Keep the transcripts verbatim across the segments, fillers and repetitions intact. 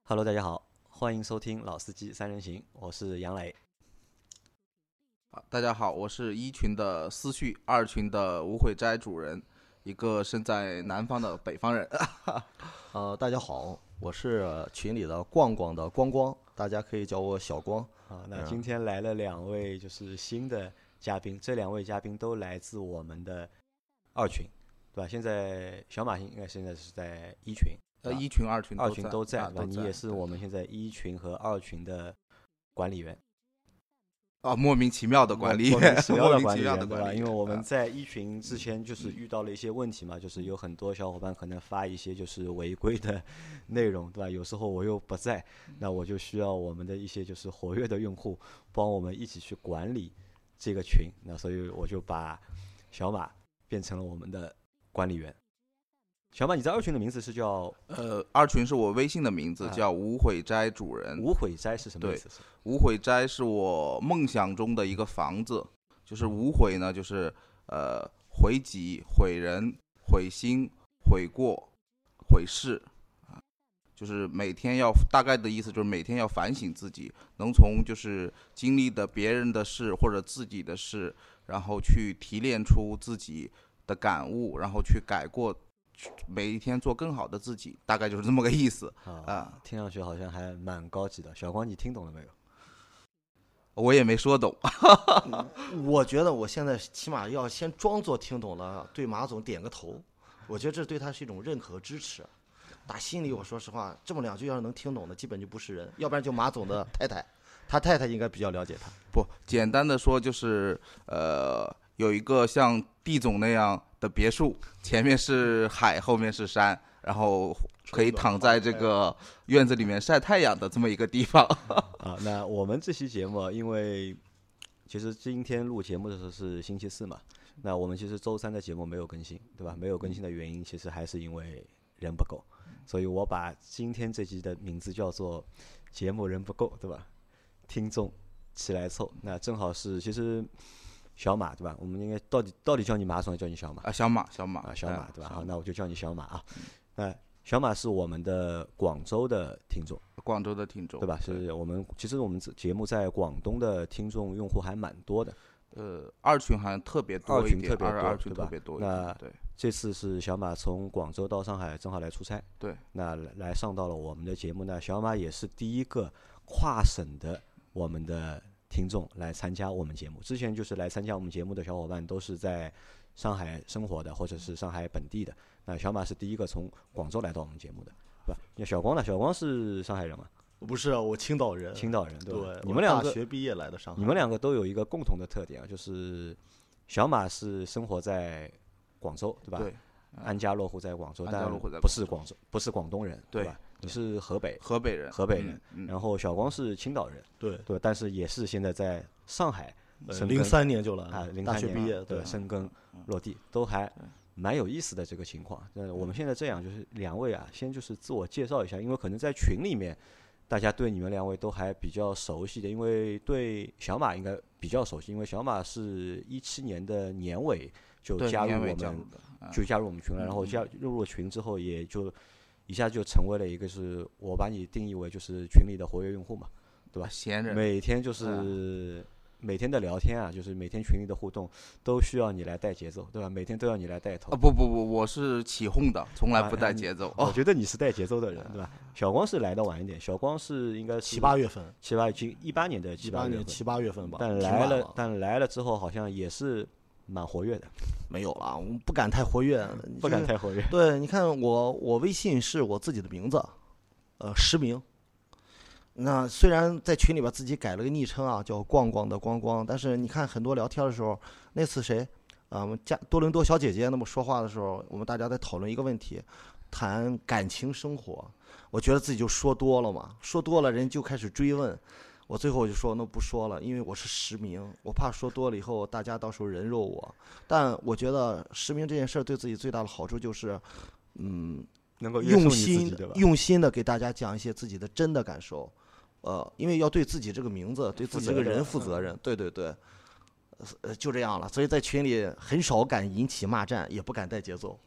Hello，大家好，欢迎收听老司机三人行，我是杨磊。 啊，大家好，我是一群的思绪，二群的无悔斋主人，一个身在南方的北方人。 呃，大家好，我是群里的逛逛的光光，大家可以叫我小光。 啊，那今天来了两位就是新的嘉宾，这两位嘉宾都来自我们的二群，对吧？现在小马应该现在是在一群， 呃，一群、二群、 二群都在， 啊、 对吧？你也是我们现在一群和二群的管理员。 啊，莫名其妙的管理员， 莫名其妙的管理员， 对吧？因为我们在一群之前就是遇到了一些问题嘛，就是有很多小伙伴可能发一些就是违规的内容，对吧？有时候我又不在，那我就需要我们的一些就是活跃的用户帮我们一起去管理这个群，那所以我就把小马变成了我们的管理员。小马，你在二群的名字是叫？ 呃，二群是我微信的名字，啊、叫无悔斋主人。 无悔斋是什么意思？ 无悔斋是我梦想中的一个房子，就是无悔呢，就是呃悔己、悔人、悔心、悔过、悔事啊，就是每天要大概的意思就是每天要反省自己，能从就是经历的别人的事或者自己的事，然后去提炼出自己的感悟，然后去改过。每一天做更好的自己，大概就是这么个意思啊、 呃。听上去好像还蛮高级的。小光，你听懂了没有？ 我也没说懂。 我觉得我现在起码要先装作听懂了，对马总点个头。我觉得这对他是一种认可和支持。打心里，我说实话，这么两句要是能听懂的，基本就不是人，要不然就马总的太太，他太太应该比较了解他。 不，简单的说就是呃。有一个像地总那样的别墅，前面是海，后面是山，然后可以躺在这个院子里面晒太阳的这么一个地方。 啊，那我们这期节目，因为其实今天录节目的时候是星期四嘛，那我们其实周三的节目没有更新，对吧？没有更新的原因，其实还是因为人不够，所以我把今天这集的名字叫做“节目人不够”，对吧？听众起来凑，那正好是其实。小马对吧？我们应该到底到底叫你马总，还是叫你小马啊？小马，小马啊，小马对吧？好，那我就叫你小马啊。 嗯、 那小马是我们的广州的听众， 广州的听众对吧？是我们其实我们节目在广东的听众用户还蛮多的。 呃，二群好像特别多一点， 二群特别多， 二群特别多。 那对， 这次是小马从广州到上海，正好来出差。 对， 那来上到了我们的节目。那小马也是第一个跨省的我们的。听众来参加我们节目，之前就是来参加我们节目的小伙伴都是在上海生活的，或者是上海本地的。那小马是第一个从广州来到我们节目的，对吧？那小光呢？小光是上海人吗？ 不是，我青岛人。 青岛人，对吧？ 对， 你们两个大学毕业来的上海。 你们两个都有一个共同的特点啊，就是小马是生活在广州，对吧？ 对。 安家落户在广州，但不不是广州，不是广东人， 对吧？你是河北， 河北人， 河北人。 嗯嗯、 然后小光是青岛人， 对对，但是也是现在在上海生根， 零三年就来啊， 大学毕业， 对，生根落地都还蛮有意思的这个情况。那我们现在这样，就是两位啊，先就是自我介绍一下，因为可能在群里面大家对你们两位都还比较熟悉的，因为对小马应该比较熟悉，因为小马是一七年的年尾就加入我们，就加入我们群了，然后加入了群之后也就。一下就成为了一个，是我把你定义为就是群里的活跃用户嘛，对吧？ 闲人， 每天就是每天的聊天啊，就是每天群里的互动都需要你来带节奏，对吧？每天都要你来带头。 啊不不不，我是起哄的，从来不带节奏。 啊、我觉得你是带节奏的人，对吧？小光是来的晚一点，小光是应该是七八月份， 七八七一八年的七八年七八月份吧。 但来了，但来了之后好像也是。蛮活跃的， 没有啦，我不敢太活跃， 不敢太活跃。 对，你看我，我微信是我自己的名字，呃，实名。那虽然在群里边自己改了个昵称啊，叫逛逛的光光，但是你看很多聊天的时候，那次谁啊，我们家多伦多小姐姐那么说话的时候，我们大家在讨论一个问题，谈感情生活，我觉得自己就说多了嘛，说多了人就开始追问。我最后就说那不说了，因为我是实名，我怕说多了以后大家到时候人肉我。但我觉得实名这件事对自己最大的好处就是，嗯， 能够用心用心的给大家讲一些自己的真的感受，呃，因为要对自己这个名字、对自己这个人负责任。对对对，呃，就这样了。所以在群里很少敢引起骂战，也不敢带节奏。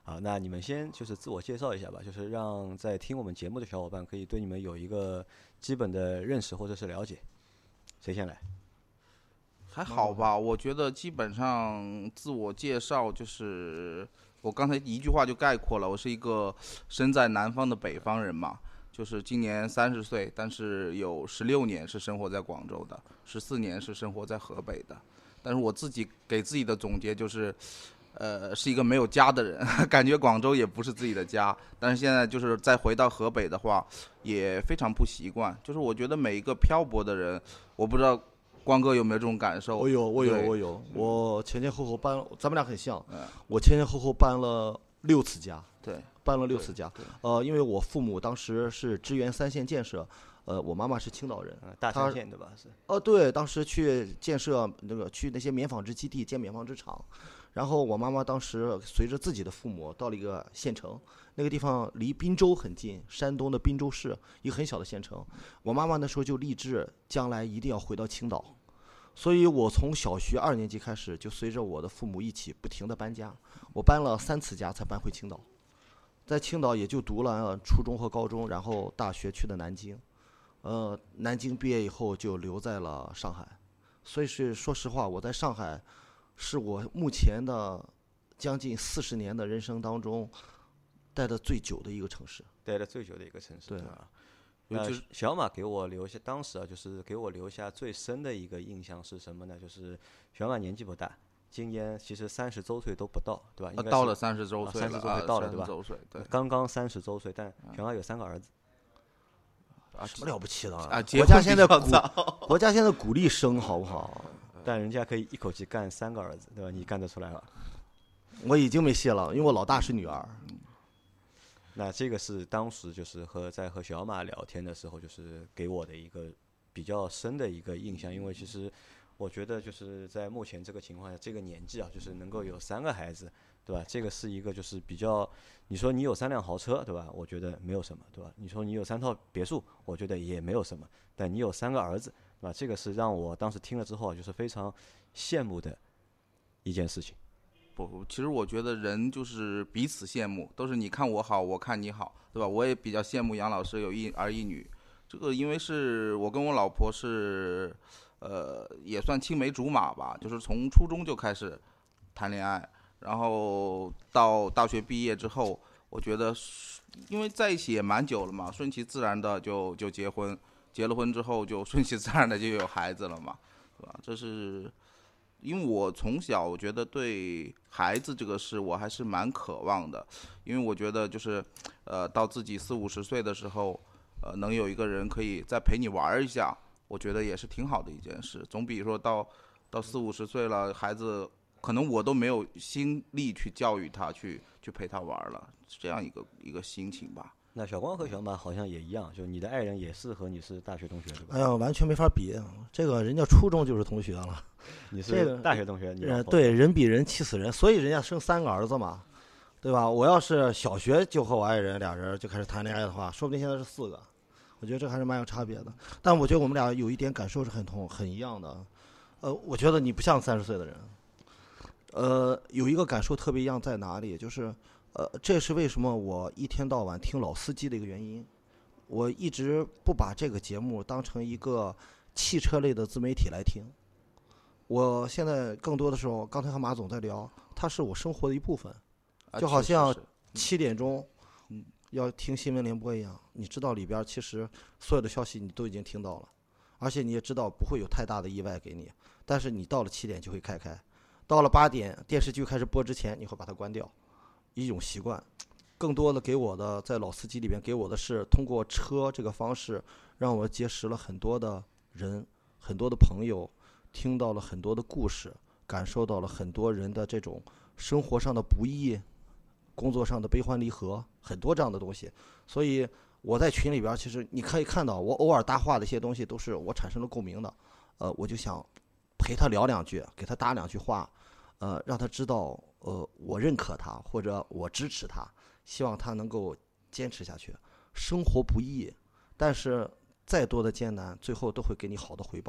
好，那你们先就是自我介绍一下吧，就是让在听我们节目的小伙伴可以对你们有一个基本的认识或者是了解。谁先来？ 还好吧，我觉得基本上自我介绍就是我刚才一句话就概括了，我是一个身在南方的北方人嘛，就是今年三十岁，但是有十六年是生活在广州的，十四年是生活在河北的。但是我自己给自己的总结就是，呃，是一个没有家的人，感觉广州也不是自己的家。但是现在就是再回到河北的话，也非常不习惯。就是我觉得每一个漂泊的人，我不知道光哥有没有这种感受？ 我有，我有，我有。我前前后后搬，咱们俩很像。嗯、我前前后后搬了六次家。 对， 搬了六次家。呃，因为我父母当时是支援三线建设。呃，我妈妈是青岛人， 嗯、大三线对吧？是。 哦，对，当时去建设那个去那些棉纺织基地建棉纺织厂，然后我妈妈当时随着自己的父母到了一个县城，那个地方离滨州很近，山东的滨州市，一个很小的县城。我妈妈那时候就立志将来一定要回到青岛，所以我从小学二年级开始就随着我的父母一起不停地搬家，我搬了三次家才搬回青岛，在青岛也就读了初中和高中，然后大学去的南京。呃，南京毕业以后就留在了上海，所以是说实话，我在上海是我目前的将近四十年的人生当中待的最久的一个城市， 待的最久的一个城市， 对吧？那小马给我留下，当时啊，就是给我留下最深的一个印象是什么呢？就是小马年纪不大，今年其实三十周岁都不到，对吧？应该到了三十周岁了， 三十周岁到了，对吧？ 周岁，对， 刚刚三十周岁，但小马有三个儿子。 啊，什么了不起的啊！ 国家现在鼓，国家现在鼓励生，好不好？ 但人家可以一口气干三个儿子，对吧？你干得出来吗？ 我已经没戏了，因为我老大是女儿。 那这个是当时就是和在和小马聊天的时候，就是给我的一个比较深的一个印象，因为其实我觉得就是在目前这个情况下，这个年纪啊，就是能够有三个孩子，对吧？这个是一个就是比较，你说你有三辆豪车，对吧？我觉得没有什么，对吧？你说你有三套别墅，我觉得也没有什么。但你有三个儿子，对吧？这个是让我当时听了之后就是非常羡慕的一件事情。 不，其实我觉得人就是彼此羡慕，都是你看我好，我看你好，对吧？我也比较羡慕杨老师有一儿一女，这个因为是我跟我老婆是。呃，也算青梅竹马吧，就是从初中就开始谈恋爱，然后到大学毕业之后，我觉得因为在一起也蛮久了嘛，顺其自然的就就结婚，结了婚之后就顺其自然的就有孩子了嘛，对吧？这是因为我从小我觉得对孩子这个事我还是蛮渴望的，因为我觉得就是呃到自己四五十岁的时候，呃能有一个人可以再陪你玩一下。我觉得也是挺好的一件事，总比说到到四五十岁了，孩子可能我都没有心力去教育他，去去陪他玩了，是这样一个一个心情吧。 那小光和小马好像也一样，就你的爱人也是和你是大学同学，对吧？ 哎呀，完全没法比，这个人家初中就是同学了， 你是大学同学， 这个、你对人比人气死人，所以人家生三个儿子嘛，对吧？我要是小学就和我爱人俩人就开始谈恋爱的话，说不定现在是四个。我觉得这还是蛮有差别的，但我觉得我们俩有一点感受是很同很一样的。呃，我觉得你不像三十岁的人。呃，有一个感受特别一样在哪里？就是，呃，这是为什么我一天到晚听老司机的一个原因。我一直不把这个节目当成一个汽车类的自媒体来听。我现在更多的时候，刚才和马总在聊，它是我生活的一部分，就好像七点钟。嗯。要听新闻联播一样，你知道里边其实所有的消息你都已经听到了，而且你也知道不会有太大的意外给你，但是你到了七点就会开开，到了八点电视剧开始播之前你会把它关掉，一种习惯。更多的给我的在老司机里边给我的是通过车这个方式让我结识了很多的人，很多的朋友，听到了很多的故事，感受到了很多人的这种生活上的不易，工作上的悲欢离合，很多这样的东西。所以我在群里边，其实你可以看到我偶尔搭话的一些东西都是我产生了共鸣的，呃，我就想陪他聊两句，给他搭两句话，呃，让他知道，呃，我认可他或者我支持他，希望他能够坚持下去。生活不易，但是再多的艰难，最后都会给你好的回报的，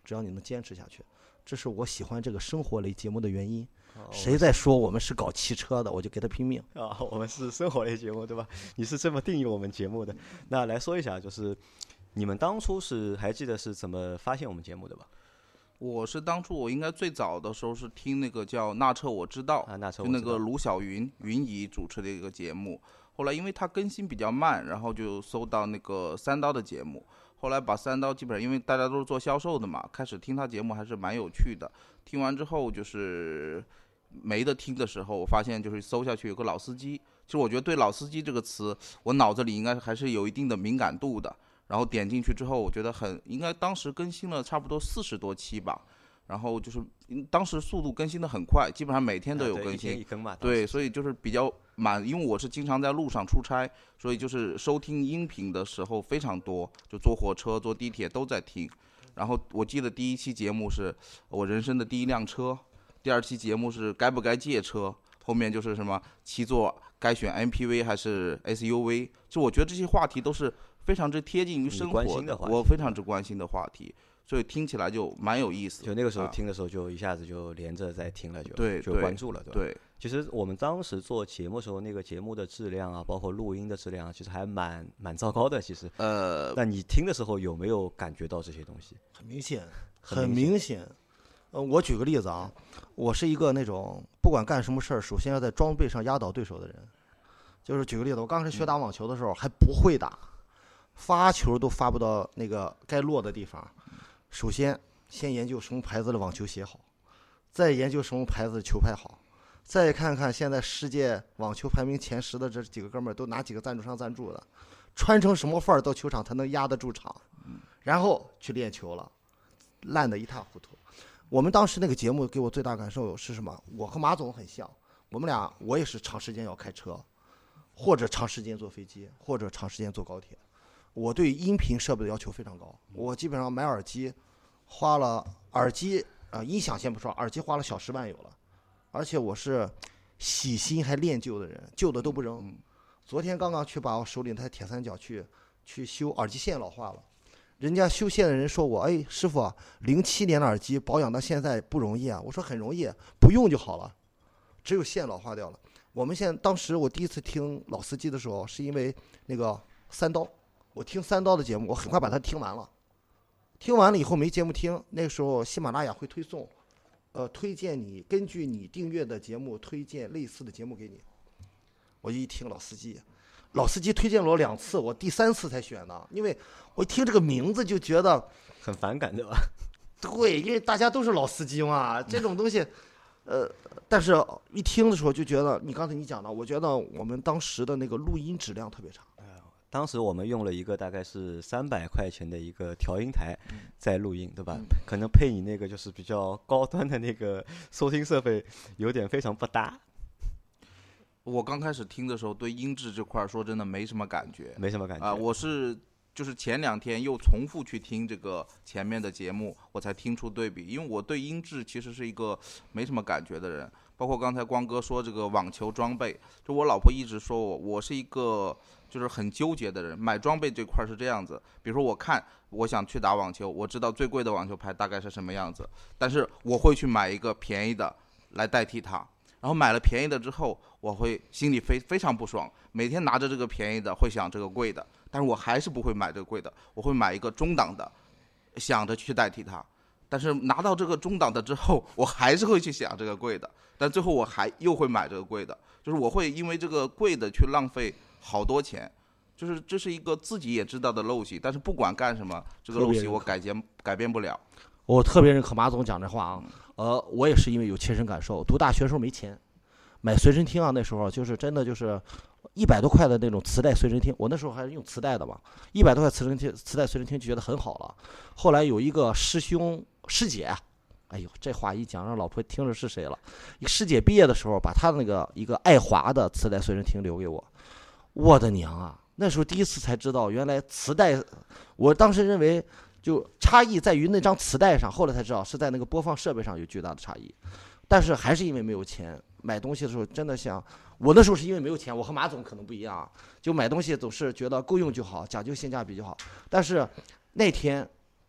只要你能坚持下去，这是我喜欢这个生活类节目的原因。 哦谁在说我们是搞汽车的，我就给他拼命。 啊，我们是生活类节目，对吧？你是这么定义我们节目的。那来说一下，就是你们当初是还记得是怎么发现我们节目的吧？ 我是当初我应该最早的时候是听那个叫《那车我知道》， 啊，那车就那个卢晓云云姨主持的一个节目。后来因为它更新比较慢，然后就搜到那个三刀的节目。后来把三刀基本上，因为大家都是做销售的嘛，开始听他节目还是蛮有趣的。听完之后就是没得听的时候，我发现就是搜下去有个老司机。其实我觉得对老司机这个词，我脑子里应该还是有一定的敏感度的。然后点进去之后，我觉得很应该当时更新了差不多四十多期吧。然后就是当时速度更新的很快，基本上每天都有更新， 啊、一天一更嘛。 对，所以就是比较满，因为我是经常在路上出差，所以就是收听音频的时候非常多，就坐火车、坐地铁都在听。然后我记得第一期节目是我人生的第一辆车，第二期节目是该不该借车，后面就是什么七座该选 M P V 还是 S U V， 就我觉得这些话题都是非常之贴近于生活的， 我非常之关心的话题。所以听起来就蛮有意思的， 就那个时候听的时候，就一下子就连着在听了就， 对， 就关注了，对吧？ 对。 其实我们当时做节目的时候，那个节目的质量啊，包括录音的质量啊，其实还蛮蛮糟糕的。其实， 呃， 那你听的时候有没有感觉到这些东西？ 很明显， 很明显。呃，我举个例子啊，我是一个那种不管干什么事儿，首先要在装备上压倒对手的人。就是举个例子，我刚开始学打网球的时候还不会打，发球都发不到那个该落的地方。首先，先研究什么牌子的网球鞋好，再研究什么牌子的球拍好，再看看现在世界网球排名前十的这几个哥们儿都哪几个赞助商赞助的，穿成什么范儿到球场才能压得住场，然后去练球了，烂得一塌糊涂。我们当时那个节目给我最大感受是什么？我和马总很像，我们俩我也是长时间要开车，或者长时间坐飞机，或者长时间坐高铁。我对音频设备的要求非常高，我基本上买耳机花了耳机啊、呃，音响先不说，耳机花了小十万有了，而且我是喜新还练旧的人，旧的都不扔。昨天刚刚去把我手里那台铁三角去去修耳机线老化了，人家修线的人说我，哎，师傅，零七年的耳机保养到现在不容易啊。我说很容易，不用就好了，只有线老化掉了。我们现在当时我第一次听老司机的时候，是因为那个三刀。我听三刀的节目，我很快把它听完了。听完了以后没节目听，那个时候喜马拉雅会推送，呃，推荐你根据你订阅的节目推荐类似的节目给你。我一听老司机，老司机推荐了我两次，我第三次才选的，因为我一听这个名字就觉得很反感，对吧？ 对，因为大家都是老司机嘛，这种东西，呃，但是一听的时候就觉得，你刚才你讲的，我觉得我们当时的那个录音质量特别差。 当时我们用了一个大概是三百块钱的一个调音台在录音，对吧？ 嗯、 可能配你那个就是比较高端的那个收听设备有点非常不搭。 我刚开始听的时候，对音质这块说真的没什么感觉， 没什么感觉啊、呃。我是就是前两天又重复去听这个前面的节目，我才听出对比。因为我对音质其实是一个没什么感觉的人，包括刚才光哥说这个网球装备，就我老婆一直说我，我是一个就是很纠结的人。买装备这块是这样子，比如说我看我想去打网球，我知道最贵的网球拍大概是什么样子，但是我会去买一个便宜的来代替它。然后买了便宜的之后，我会心里非非常不爽，每天拿着这个便宜的会想这个贵的，但是我还是不会买这个贵的，我会买一个中档的，想着去代替它。但是拿到这个中档的之后，我还是会去想这个贵的，但最后我还又会买这个贵的，就是我会因为这个贵的去浪费好多钱，就是这是一个自己也知道的陋习，但是不管干什么，这个陋习我改变改变不了。 我特别认可马总讲这话啊，呃，我也是因为有切身感受，读大学的时候没钱买随身听啊，那时候就是真的就是一百多块的那种磁带随身听，我那时候还是用磁带的嘛，一百多块磁身听磁带随身听就觉得很好了。后来有一个师兄师姐，哎呦，这话一讲让老婆听着是谁了。一个师姐毕业的时候，把她那个一个爱华的磁带随身听留给我，我的娘啊！那时候第一次才知道，原来磁带，我当时认为就差异在于那张磁带上，后来才知道是在那个播放设备上有巨大的差异。但是还是因为没有钱，买东西的时候真的想，我那时候是因为没有钱，我和马总可能不一样，就买东西总是觉得够用就好，讲究性价比就好。但是那天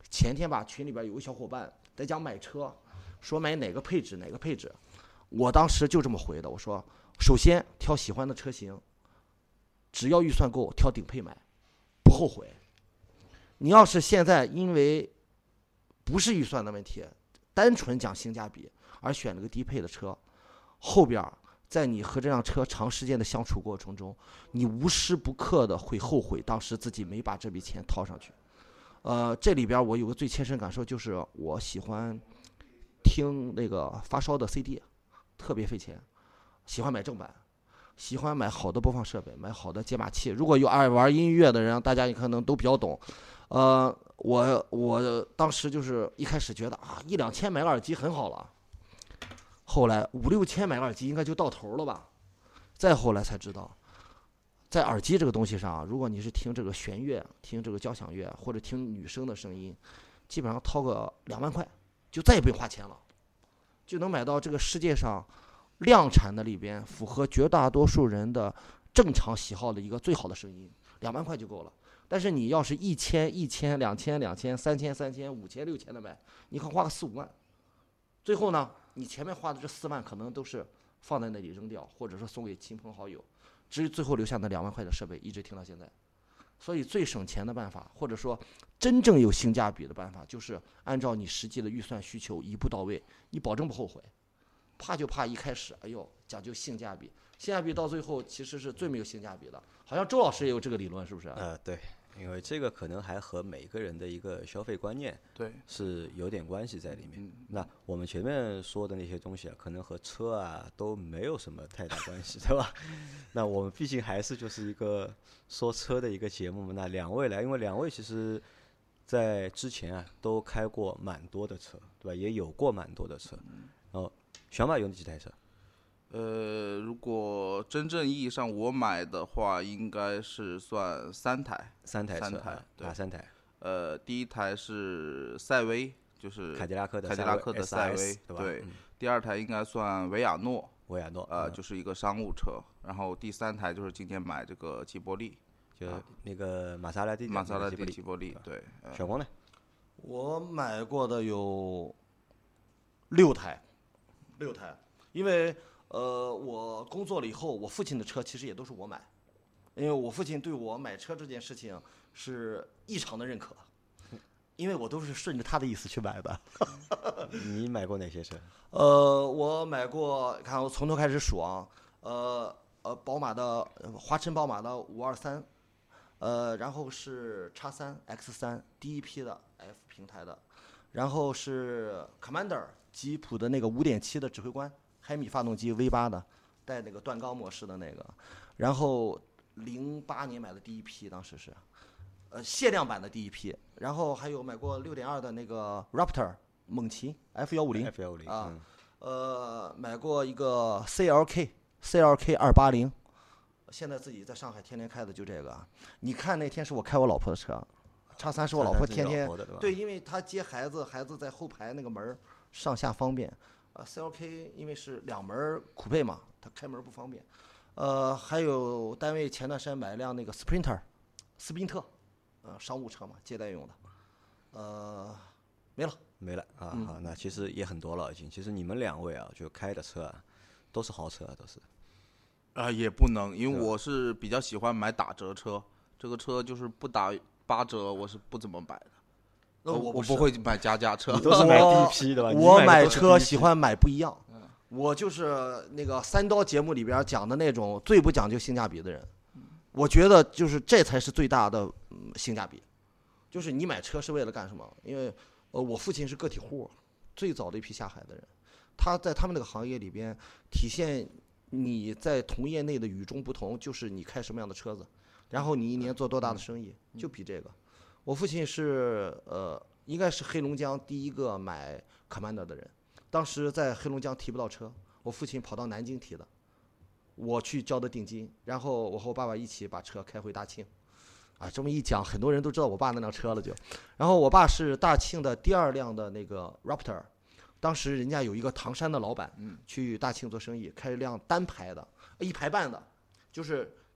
前天吧，群里边有个小伙伴在讲买车，说买哪个配置哪个配置，我当时就这么回的，我说首先挑喜欢的车型，只要预算够，挑顶配买，不后悔。你要是现在因为不是预算的问题，单纯讲性价比而选了个低配的车，后边在你和这辆车长时间的相处过程中，你无时不刻的会后悔当时自己没把这笔钱掏上去。呃，这里边我有个最切身感受，就是我喜欢听那个发烧的 C D， 特别费钱，喜欢买正版，喜欢买好的播放设备，买好的解码器。如果有爱玩音乐的人，大家可能都比较懂。呃，我我当时就是一开始觉得啊，一两千买个耳机很好了，后来五六千买个耳机应该就到头了吧，再后来才知道，在耳机这个东西上，如果你是听这个弦乐、听这个交响乐或者听女生的声音，基本上掏个两万块，就再也不用花钱了，就能买到这个世界上量产的里边符合绝大多数人的正常喜好的一个最好的声音，两万块就够了。但是你要是一千、一千、两千、两千、三千、三千、五千、六千的买，你可能花个四五万。最后呢，你前面花的这四万可能都是放在那里扔掉，或者说送给亲朋好友，至于最后留下那两万块的设备，一直听到现在。所以最省钱的办法，或者说真正有性价比的办法，就是按照你实际的预算需求一步到位，你保证不后悔。怕就怕一开始，哎呦，讲究性价比，性价比到最后其实是最没有性价比的。好像周老师也有这个理论，是不是？ 呃，对。因为这个可能还和每个人的一个消费观念对是有点关系在里面。 嗯、 那我们前面说的那些东西啊，可能和车啊都没有什么太大关系，对吧？那我们毕竟还是就是一个说车的一个节目嘛。那两位来，因为两位其实在之前啊都开过蛮多的车，对吧？也有过蛮多的车。然后小马有几台车？ 呃，如果真正意义上我买的话，应该是算三台， 三台车， 三台， 哪三台？ 呃，第一台是赛威，就是凯迪拉克的凯迪拉克的赛威， 对吧？ 对。 嗯、 第二台应该算维亚诺， 维亚诺， 呃， 嗯、 就是一个商务车。然后第三台就是今天买这个吉伯利， 就那个玛莎拉蒂， 玛莎拉蒂吉伯利，对。 呃、小光呢？ 我买过的有六台，六台，因为。呃，我工作了以后，我父亲的车其实也都是我买，因为我父亲对我买车这件事情是异常的认可，因为我都是顺着他的意思去买的。 你买过哪些车？ 呃，我买过，看我从头开始数啊，呃呃，宝马的华晨宝马的五二三，呃，然后是叉三 X 三第一批的 F 平台的，然后是 Commander 吉普的那个五点七的指挥官。海米发动机 V 八 的，带那个断缸模式的那个，然后零八年买的第一批，当时是，呃，限量版的第一批，然后还有买过六点二的那个 Raptor 猛禽 F 一五零 F 一五零啊， 嗯、 呃，买过一个 C L K C L K 二八零，现在自己在上海天天开的就这个，你看那天是我开我老婆的车，叉三是我老婆天天对，因为她接孩子，孩子在后排那个门上下方便。呃 ，C L K 因为是两门酷配嘛，它开门不方便。呃，还有单位前段时间买一辆那个 Sprinter， 斯宾特，呃，商务车嘛，接待用的。呃，没了， 没了啊。 嗯、 好，那其实也很多了已经。其实你们两位啊，就开的车啊，都是豪车啊，都是。 啊、呃，也不能，因为我是比较喜欢买打折车，这个车就是不打八折，我是不怎么买的。 我我不不会买加价车， 你都是买第一批的吧？ 我买车喜欢买不一样，我就是那个三刀节目里边讲的那种最不讲究性价比的人。我觉得就是这才是最大的、嗯、性价比，就是你买车是为了干什么？因为呃，我父亲是个体户，最早的一批下海的人，他在他们那个行业里边体现你在同业内的与众不同，就是你开什么样的车子，然后你一年做多大的生意，就比这个。我父亲是呃，应该是黑龙江第一个买 Commander 的人。当时在黑龙江提不到车，我父亲跑到南京提的，我去交的定金，然后我和我爸爸一起把车开回大庆。啊，这么一讲，很多人都知道我爸那辆车了就。然后我爸是大庆的第二辆的那个 Raptor， 当时人家有一个唐山的老板去大庆做生意，开一辆单排的，一排半的，就是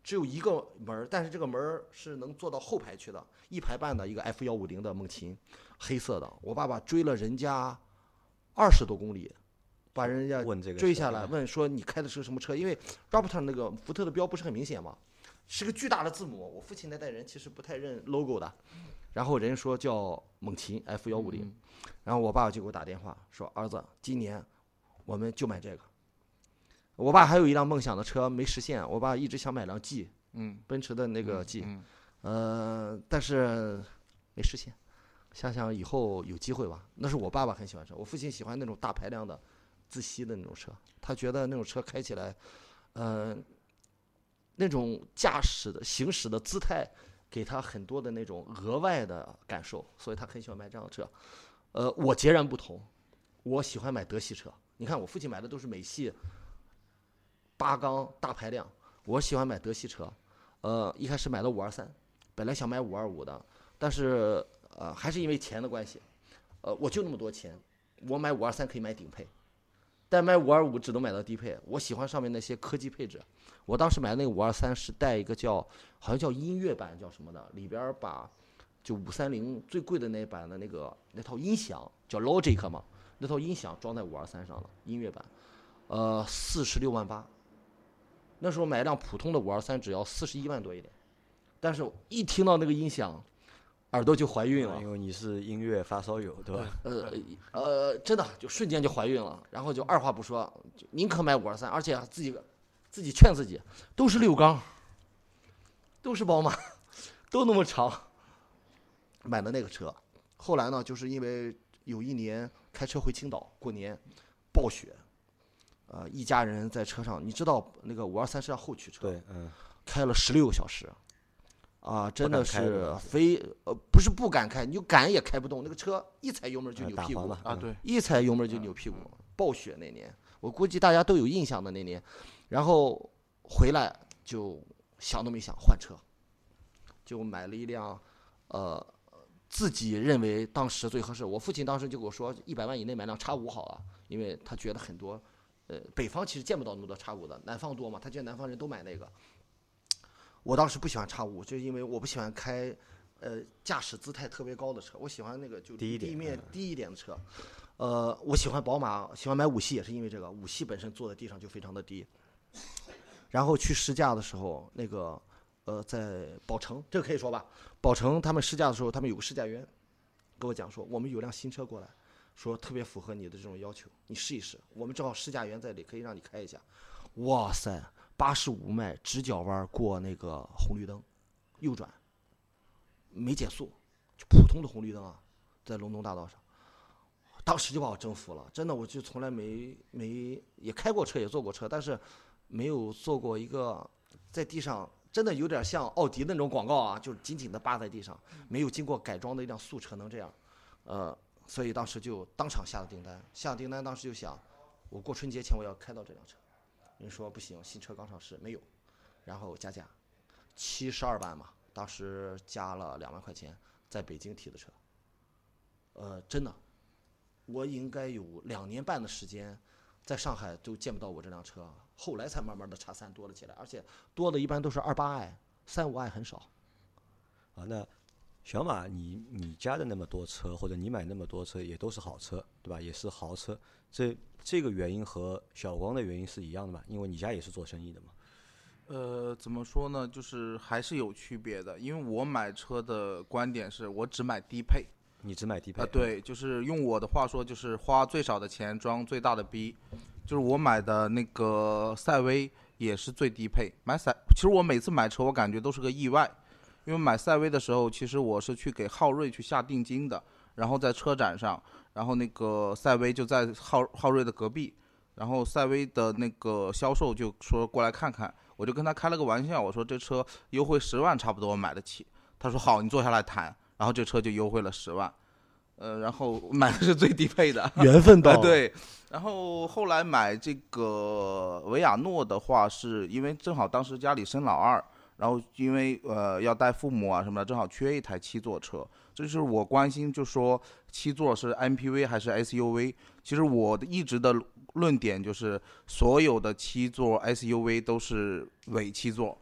只有一个门，但是这个门是能坐到后排去的，一排半的一个 F 一五零的猛禽，黑色的。我爸爸追了人家二十多公里，把人家追下来，问说你开的是什么车？因为 Raptor 那个福特的标不是很明显嘛，是个巨大的字母。我父亲那代人其实不太认 logo 的，然后人家说叫猛禽 F 一五零，然后我爸爸就给我打电话说，儿子，今年我们就买这个。我爸还有一辆梦想的车没实现，我爸一直想买辆 G， 嗯，奔驰的那个 G， 嗯，呃，但是没实现。想想以后有机会吧。那是我爸爸很喜欢车，我父亲喜欢那种大排量的、自吸的那种车，他觉得那种车开起来，呃，那种驾驶的、行驶的姿态，给他很多的那种额外的感受，所以他很喜欢买这样的车。呃，我截然不同，我喜欢买德系车。你看，我父亲买的都是美系。八缸大排量，我喜欢买德系车，呃，一开始买的五二三，本来想买五二五的，但是呃还是因为钱的关系，呃我就那么多钱，我买五二三可以买顶配，但买五二五只能买到低配。我喜欢上面那些科技配置，我当时买那个五二三是带一个叫好像叫音乐版叫什么的，里边把就五三零最贵的那版的那个那套音响叫 Logic 嘛，那套音响装在五二三上了，音乐版，呃四十六万八。那时候买一辆普通的五二三只要四十一万多一点，但是一听到那个音响，耳朵就怀孕了。 因为你是音乐发烧友，对吧？ 呃呃，真的就瞬间就怀孕了，然后就二话不说，就宁可买五二三，而且自己自己劝自己，都是六缸，都是宝马，都那么长，买的那个车。后来呢，就是因为有一年开车回青岛过年，暴雪。呃，一家人在车上，你知道那个五二三是辆后驱车， 对，嗯， 开了十六个小时，啊、呃，真的是非呃不是不敢开，你就敢也开不动，那个车一踩油门就扭屁股啊，对， 一踩油门就扭屁股。暴雪那年，我估计大家都有印象的那年，然后回来就想都没想换车，就买了一辆，呃，自己认为当时最合适。我父亲当时就跟我说，一百万以内买辆叉五好了，因为他觉得很多。呃，北方其实见不到那么多叉五的，南方多嘛，他觉得南方人都买那个。我当时不喜欢叉五，就因为我不喜欢开，呃，驾驶姿态特别高的车，我喜欢那个就地面低一点的车。呃，我喜欢宝马，喜欢买五系也是因为这个，五系本身坐在地上就非常的低。然后去试驾的时候，那个呃，在宝城，这个可以说吧，宝城他们试驾的时候，他们有个试驾员跟我讲说，我们有辆新车过来。说特别符合你的这种要求，你试一试。我们正好试驾员在这里，可以让你开一下。哇塞，八十五迈直角弯过那个红绿灯，右转，没减速，就普通的红绿灯啊，在龙东大道上，当时就把我征服了。真的，我就从来没没也开过车，也坐过车，但是没有坐过一个在地上真的有点像奥迪那种广告啊，就是紧紧的扒在地上，没有经过改装的一辆素车能这样，呃。所以当时就当场下了订单，下了订单当时就想，我过春节前我要开到这辆车。人说不行，新车刚上市没有，然后加价，七十二万嘛，当时加了两万块钱，在北京提的车。呃，真的，我应该有两年半的时间，在上海都见不到我这辆车，后来才慢慢的叉三多了起来，而且多的一般都是二八 i， 三五 i 很少。 啊，那。小马，你你家的那么多车，或者你买那么多车，也都是好车，对吧？也是豪车。这这个原因和小光的原因是一样的吧？因为你家也是做生意的嘛。 呃，怎么说呢？就是还是有区别的。因为我买车的观点是我只买低配。 你只买低配？ 啊、呃，对，就是用我的话说，就是花最少的钱装最大的逼。就是我买的那个赛威也是最低配。买赛，其实我每次买车，我感觉都是个意外。因为买赛威的时候，其实我是去给昊锐去下定金的，然后在车展上，然后那个赛威就在昊昊锐的隔壁，然后赛威的那个销售就说过来看看，我就跟他开了个玩笑，我说这车优惠十万差不多我买得起，他说好，你坐下来谈，然后这车就优惠了十万，呃，然后买的是最低配的， 缘分到了、 呃、对，然后后来买这个维亚诺的话，是因为正好当时家里生老二。然后因为呃要带父母啊什么的，正好缺一台七座车，这就是我关心，就说七座是 M P V 还是 S U V。其实我的一直的论点就是，所有的七座 S U V 都是伪七座，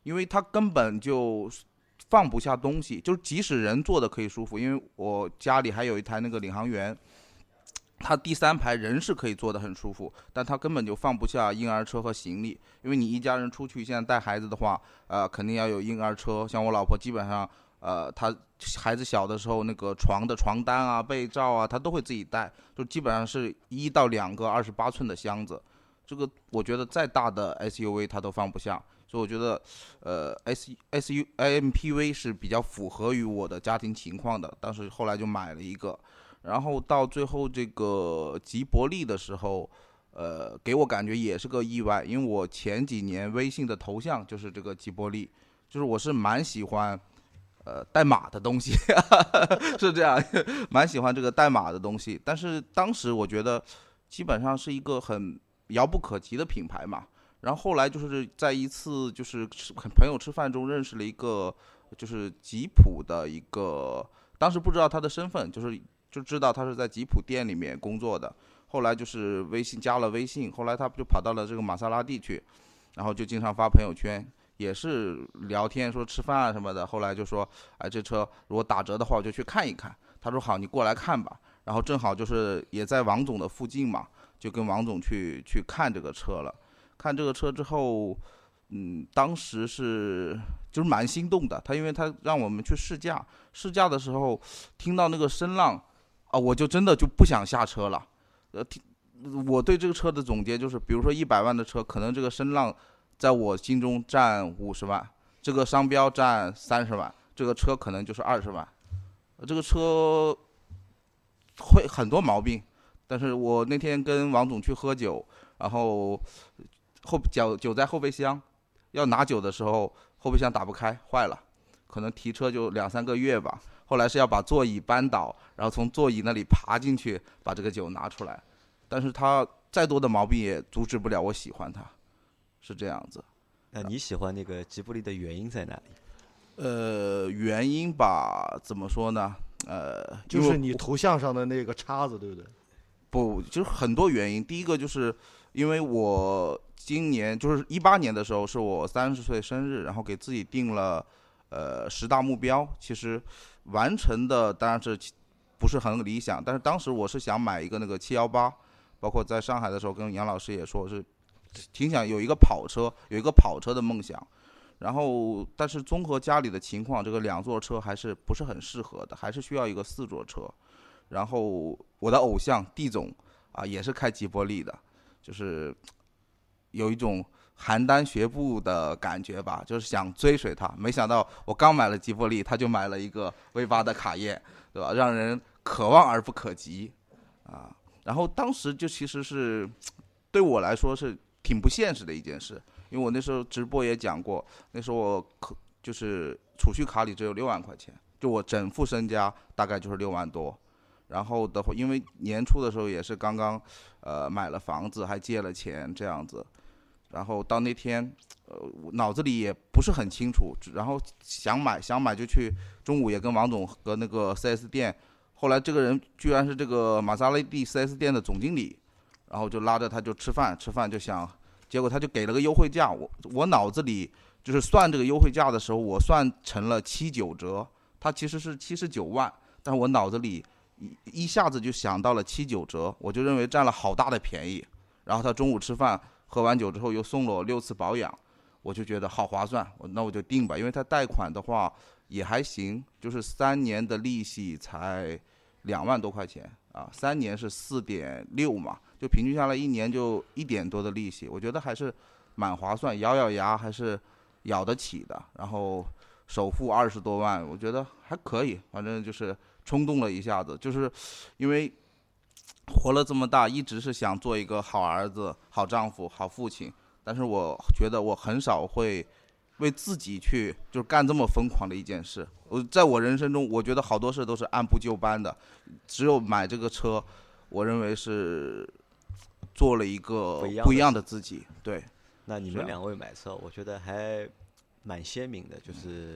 因为它根本就放不下东西，就是即使人坐的可以舒服，因为我家里还有一台那个领航员，它第三排人是可以坐得很舒服，但它根本就放不下婴儿车和行李，因为你一家人出去现在带孩子的话，呃，肯定要有婴儿车，像我老婆基本上，呃，她孩子小的时候那个床的床单啊、被罩啊，她都会自己带，就基本上是一到两个二十八寸的箱子，这个我觉得再大的 S U V 它都放不下。所以我觉得，呃，S S U M P V 是比较符合于我的家庭情况的。当时后来就买了一个，然后到最后这个吉伯利的时候，呃，给我感觉也是个意外，因为我前几年微信的头像就是这个吉伯利，就是我是蛮喜欢，呃，带马的东西，是这样，蛮喜欢这个带马的东西。但是当时我觉得，基本上是一个很遥不可及的品牌嘛。然后后来就是在一次就是朋友吃饭中认识了一个就是吉普的一个，当时不知道他的身份，就是就知道他是在吉普店里面工作的。后来就是微信加了微信，后来他就跑到了这个玛莎拉蒂去，然后就经常发朋友圈，也是聊天说吃饭啊什么的。后来就说，哎，这车如果打折的话，我就去看一看。他说好，你过来看吧。然后正好就是也在王总的附近嘛，就跟王总去去看这个车了。看这个车之后，嗯，当时是就是蛮心动的。他因为他让我们去试驾，试驾的时候听到那个声浪，啊，我就真的就不想下车了。呃，听我对这个车的总结就是，比如说一百万的车，可能这个声浪在我心中占五十万，这个商标占三十万，这个车可能就是二十万。这个车会很多毛病，但是我那天跟王总去喝酒，然后。后酒酒在后备箱，要拿酒的时候，后备箱打不开，坏了，可能提车就两三个月吧。后来是要把座椅扳倒，然后从座椅那里爬进去，把这个酒拿出来。但是它再多的毛病也阻止不了我喜欢它，是这样子。 那你喜欢那个吉布力的原因在哪里？ 呃，原因吧，怎么说呢？呃， 就是你头像上的那个叉子，对不对？ 不，就是很多原因。第一个就是因为我今年就是一八年的时候是我三十岁生日，然后给自己定了呃十大目标，其实完成的当然是不是很理想，但是当时我是想买一个那个七一八，包括在上海的时候跟杨老师也说是挺想有一个跑车，有一个跑车的梦想。然后但是综合家里的情况，这个两座车还是不是很适合的，还是需要一个四座车。然后我的偶像蒂总啊也是开吉伯利的，就是有一种邯郸学步的感觉吧，就是想追随他。没想到我刚买了吉伯利，他就买了一个 V 八 的卡宴，对吧？让人可望而不可及啊。然后当时就其实是对我来说是挺不现实的一件事，因为我那时候直播也讲过，那时候我可就是储蓄卡里只有六万块钱，就我整副身家大概就是六万多。然后的话，因为年初的时候也是刚刚，呃，买了房子，还借了钱这样子，然后到那天，呃，脑子里也不是很清楚，然后想买想买就去，中午也跟王总和那个 四 S 店，后来这个人居然是这个玛莎拉蒂 四 S 店的总经理，然后就拉着他就吃饭，吃饭就想，结果他就给了个优惠价，我我脑子里就是算这个优惠价的时候，我算成了七九折，他其实是七十九万，但是我脑子里。一一下子就想到了七九折，我就认为占了好大的便宜。然后他中午吃饭喝完酒之后又送了我六次保养，我就觉得好划算，那我就定吧。因为他贷款的话也还行，就是三年的利息才两万多块钱啊，三年是四点六嘛，就平均下来一年就一点多的利息，我觉得还是蛮划算，咬咬牙还是咬得起的。然后首付二十多万，我觉得还可以，反正就是。冲动了一下子，就是因为活了这么大，一直是想做一个好儿子、好丈夫、好父亲，但是我觉得我很少会为自己去就是干这么疯狂的一件事。我在我人生中，我觉得好多事都是按部就班的，只有买这个车，我认为是做了一个不一样的自己。对， 那你们两位买车，我觉得还蛮鲜明的，就是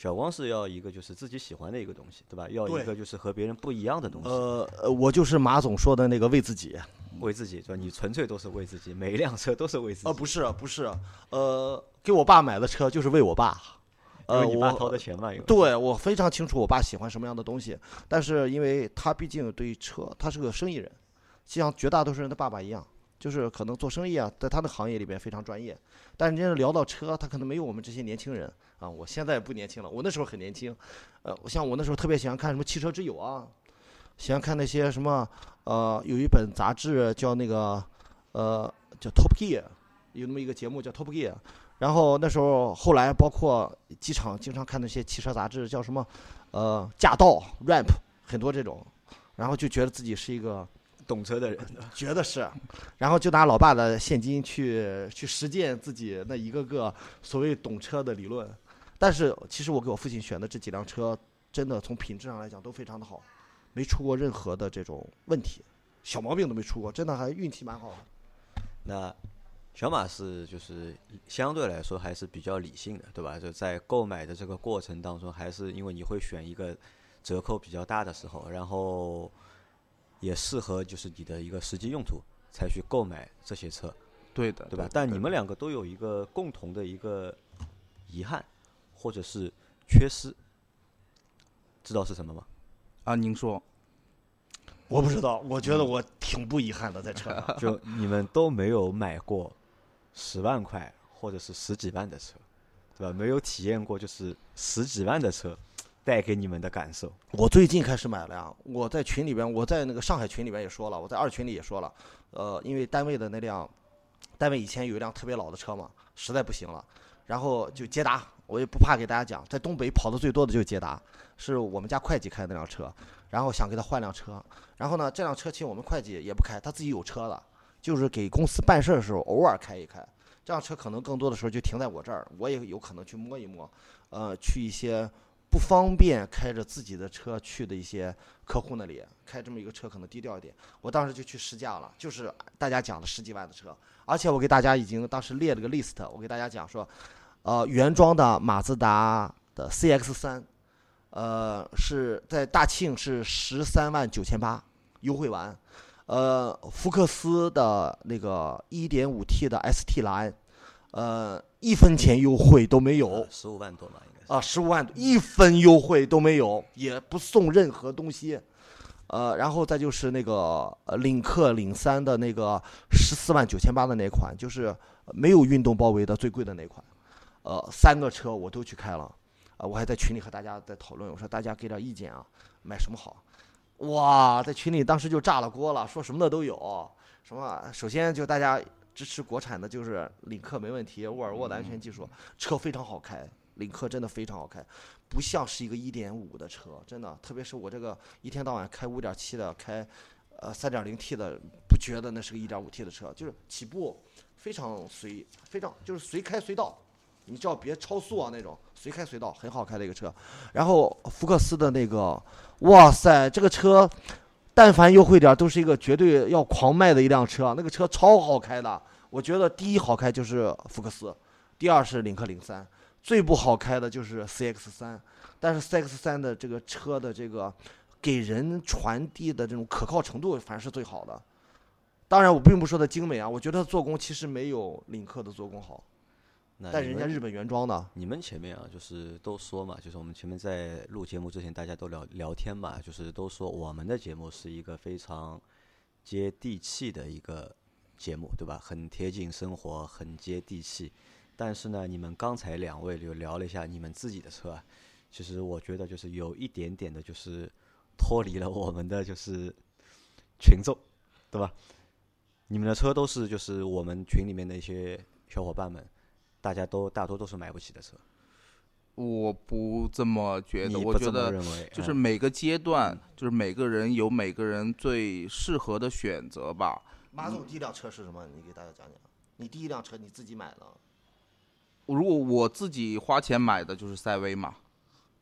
小光是要一个就是自己喜欢的一个东西，对吧？要对一个就是和别人不一样的东西。 呃呃，我就是马总说的那个为自己。 为自己，对吧？你纯粹都是为自己，每一辆车都是为自己。 呃，不是不是，呃，给我爸买的车就是为我爸。呃， 因为你爸我掏的钱嘛，因为对我非常清楚我爸喜欢什么样的东西，但是因为他毕竟对车，他是个生意人，就像绝大多数人的爸爸一样，就是可能做生意啊，在他的行业里边非常专业。但是真正聊到车，他可能没有我们这些年轻人啊。我现在不年轻了，我那时候很年轻。呃，像我那时候特别喜欢看什么《汽车之友》啊，喜欢看那些什么呃，有一本杂志叫那个呃叫 Top Gear， 有那么一个节目叫 Top Gear。然后那时候后来包括机场经常看那些汽车杂志，叫什么呃驾到 Ramp 很多这种，然后就觉得自己是一个懂车的人， 觉得是，然后就拿老爸的现金去去实践自己那一个个所谓懂车的理论。但是其实我给我父亲选的这几辆车，真的从品质上来讲都非常的好，没出过任何的这种问题，小毛病都没出过，真的还运气蛮好的。 那小马是就是相对来说还是比较理性的，对吧？就在购买的这个过程当中，还是因为你会选一个折扣比较大的时候，然后也适合就是你的一个实际用途，才去购买这些车， 对的， 对吧？ 对但你们两个都有一个共同的一个遗憾，或者是缺失，知道是什么吗？ 啊，您说。 我不知道，我觉得我挺不遗憾的在车上。 就你们都没有买过十万块或者是十几万的车，对吧？没有体验过就是十几万的车带给你们的感受。 我最近开始买了呀，我在群里边，我在那个上海群里边也说了，我在二群里也说了，呃，因为单位的那辆，单位以前有一辆特别老的车嘛，实在不行了，然后就捷达，我也不怕给大家讲，在东北跑的最多的就是捷达，是我们家会计开的那辆车，然后想给他换辆车，然后呢，这辆车其实我们会计也不开，他自己有车了，就是给公司办事的时候偶尔开一开，这辆车可能更多的时候就停在我这儿，我也有可能去摸一摸，呃，去一些不方便开着自己的车去的一些客户那里，开这么一个车可能低调一点。我当时就去试驾了，就是大家讲的十几万的车，而且我给大家已经当时列了个 list， 我给大家讲说，呃，原装的马自达的 C X 三，呃，是在大庆是十三万九千八优惠完，呃，福克斯的那个 一点五 T 的 S T 蓝，呃，一分钱优惠都没有， 十五万多嘛，应该是啊，十五万一分优惠都没有，也不送任何东西，呃，然后再就是那个呃领克领三的那个十四万九千八的那款，就是没有运动包围的最贵的那款，呃，三个车我都去开了，啊、呃，我还在群里和大家在讨论，我说大家给点意见啊，买什么好？哇，在群里当时就炸了锅了，说什么的都有，什么首先就大家支持国产的，就是领克没问题，沃尔沃的安全技术，车非常好开。领克真的非常好开，不像是一个 一点五 的车，真的，特别是我这个一天到晚开 五点七 的，开呃 三点零 T 的，不觉得那是个 一点五 T 的车，就是起步非常随，非常就是随开随到，你只要别超速啊那种，随开随到，很好开的一个车。然后福克斯的那个，哇塞，这个车但凡优惠点都是一个绝对要狂卖的一辆车，那个车超好开的，我觉得第一好开就是福克斯，第二是领克零三。最不好开的就是 C X 三，但是 C X 三的这个车的这个给人传递的这种可靠程度反正是最好的。当然我并不说它精美啊，我觉得它做工其实没有领克的做工好，但人家日本原装的。 你们前面啊，就是都说嘛，就是我们前面在录节目之前大家都聊聊天嘛，就是都说我们的节目是一个非常接地气的一个节目，对吧？很贴近生活，很接地气。但是呢，你们刚才两位就聊了一下你们自己的车啊，其实我觉得就是有一点点的，就是脱离了我们的就是群众，对吧？你们的车都是就是我们群里面的一些小伙伴们，大家都大多都是买不起的车。 我不这么觉得，我觉得就是嗯每个阶段，就是每个人有每个人最适合的选择吧。 马总第一辆车是什么？你给大家讲讲。你第一辆车你自己买的？ 如果我自己花钱买的就是赛威嘛，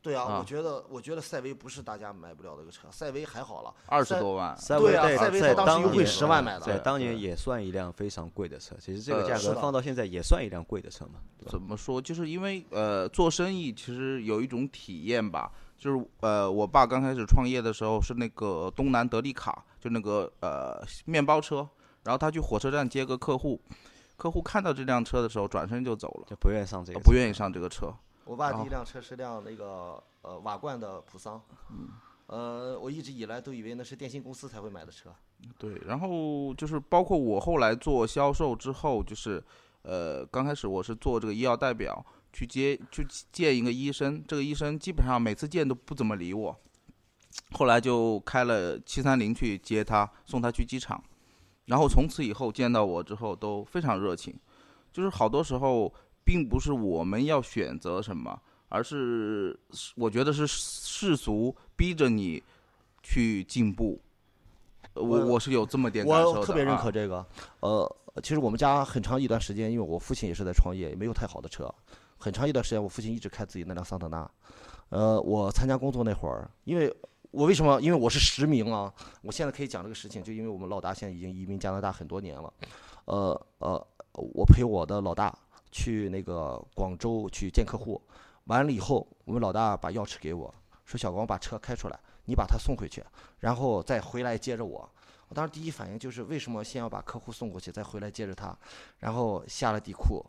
对啊， 啊我觉得我觉得赛威不是大家买不了的一个车，赛威还好了， 二十多万。 赛威在对啊赛威在它当时优惠年十万买的在当年对也算一辆非常贵的车。其实这个呃是的价格放到现在也算一辆贵的车嘛，对吧？ 怎么说？就是因为呃，做生意其实有一种体验吧，就是呃，我爸刚开始创业的时候是那个东南德利卡，就那个呃面包车，然后他去火车站接个客户，客户看到这辆车的时候转身就走了， 就不愿意上这个车， 呃不愿意上这个车。 我爸然后第一辆车是辆那个呃瓦罐的普桑，呃，我一直以来都以为那是电信公司才会买的车。 对，然后就是包括我后来做销售之后，就是呃，刚开始我是做这个医药代表，去接去见一个医生，这个医生基本上每次见都不怎么理我，后来就开了七三零去接他，送他去机场，然后从此以后见到我之后都非常热情，就是好多时候并不是我们要选择什么，而是我觉得是世俗逼着你去进步。呃我我是有这么点感受的， 我特别认啊可这个。呃，其实我们家很长一段时间，因为我父亲也是在创业，也没有太好的车。很长一段时间，我父亲一直开自己那辆桑塔纳。呃，我参加工作那会儿，因为我为什么？因为我是实名啊。我现在可以讲这个事情，就因为我们老大现在已经移民加拿大很多年了。呃呃，我陪我的老大去那个广州去见客户，完了以后，我们老大把钥匙给我，说小光把车开出来，你把他送回去，然后再回来接着我。我当时第一反应就是为什么先要把客户送过去，再回来接着他，然后下了地库，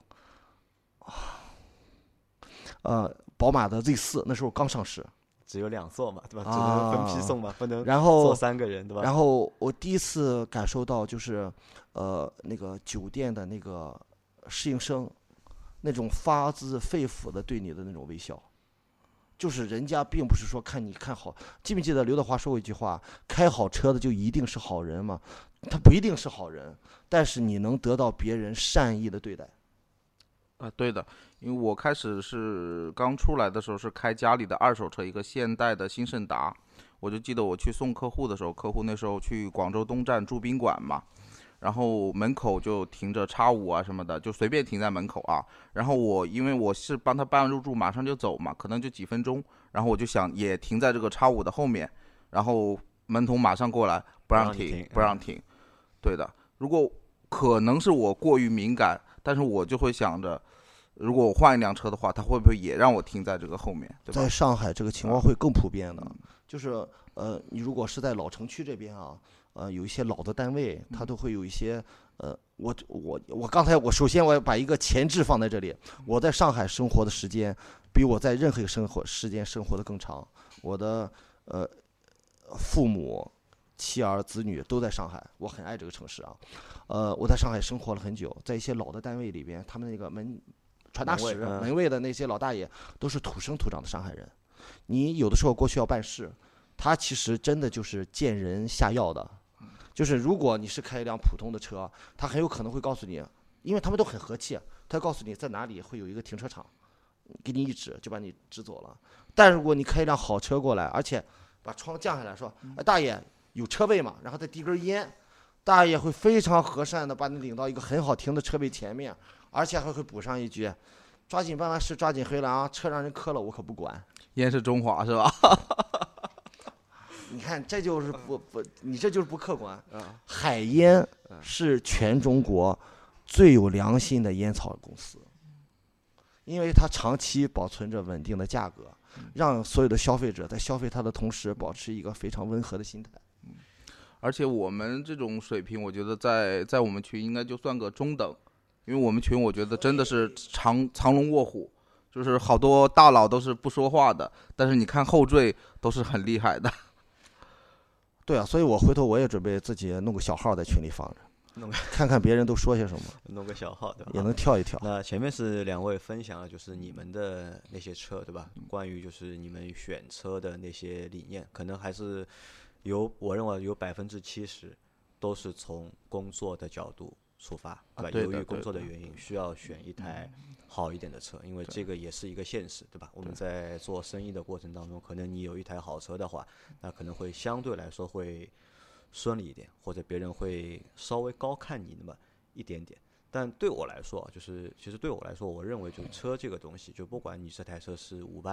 呃，宝马的 Z 四那时候刚上市， 只有两座嘛，对吧？ 啊只能分批送嘛，不能然后坐三个人，对吧？ 然后我第一次感受到就是，呃，那个酒店的那个侍应生，那种发自肺腑的对你的那种微笑，就是人家并不是说看你看好，记不记得刘德华说过一句话：开好车的就一定是好人吗？他不一定是好人，但是你能得到别人善意的对待。 啊，对的，因为我开始是刚出来的时候是开家里的二手车，一个现代的新胜达，我就记得我去送客户的时候，客户那时候去广州东站住宾馆嘛，然后门口就停着叉五啊什么的，就随便停在门口啊。然后我因为我是帮他办入住，马上就走嘛，可能就几分钟，然后我就想也停在这个叉五的后面，然后门童马上过来不让停， 不让停不让停。对的，如果可能是我过于敏感，但是我就会想着，如果我换一辆车的话，他会不会也让我停在这个后面，对吧？ 在上海这个情况会更普遍的，就是呃，你如果是在老城区这边啊，呃，有一些老的单位，它都会有一些呃，我我我刚才我首先我要把一个前置放在这里，我在上海生活的时间比我在任何一个生活时间生活的更长，我的呃父母、妻儿子女都在上海，我很爱这个城市啊，呃，我在上海生活了很久，在一些老的单位里边，他们那个门传达室、 门卫嗯门卫的那些老大爷都是土生土长的上海人。你有的时候过去要办事，他其实真的就是见人下药的。就是如果你是开一辆普通的车，他很有可能会告诉你，因为他们都很和气，他告诉你在哪里会有一个停车场，给你一指就把你指走了。但如果你开一辆好车过来，而且把窗降下来说，哎，大爷有车位吗？然后再递根烟，大爷会非常和善的把你领到一个很好停的车位前面，而且还会补上一句：抓紧办完事，抓紧回来啊！车让人磕了，我可不管。 烟是中华是吧？ 你看，这就是不不，你这就是不客观。海烟是全中国最有良心的烟草公司，因为它长期保存着稳定的价格，让所有的消费者在消费它的同时，保持一个非常温和的心态。 而且我们这种水平，我觉得在在我们群应该就算个中等，因为我们群我觉得真的是藏藏龙卧虎，就是好多大佬都是不说话的，但是你看后缀都是很厉害的。 对啊，所以我回头我也准备自己弄个小号在群里放着， 弄个看看别人都说些什么， 弄个小号，对吧？ 也能跳一跳。 那前面是两位分享了，就是你们的那些车，对吧？关于就是你们选车的那些理念，可能还是有，我认为有百分之七十都是从工作的角度出发，对吧？ 啊对的由于工对的作的原因，需要选一台好一点的车，因为这个也是一个现实，对吧？我们在做生意的过程当中，可能你有一台好车的话，那可能会相对来说会顺利一点，或者别人会稍微高看你那么一点点。但对我来说，就是其实对我来说，我认为就车这个东西，就不管你这台车是五万的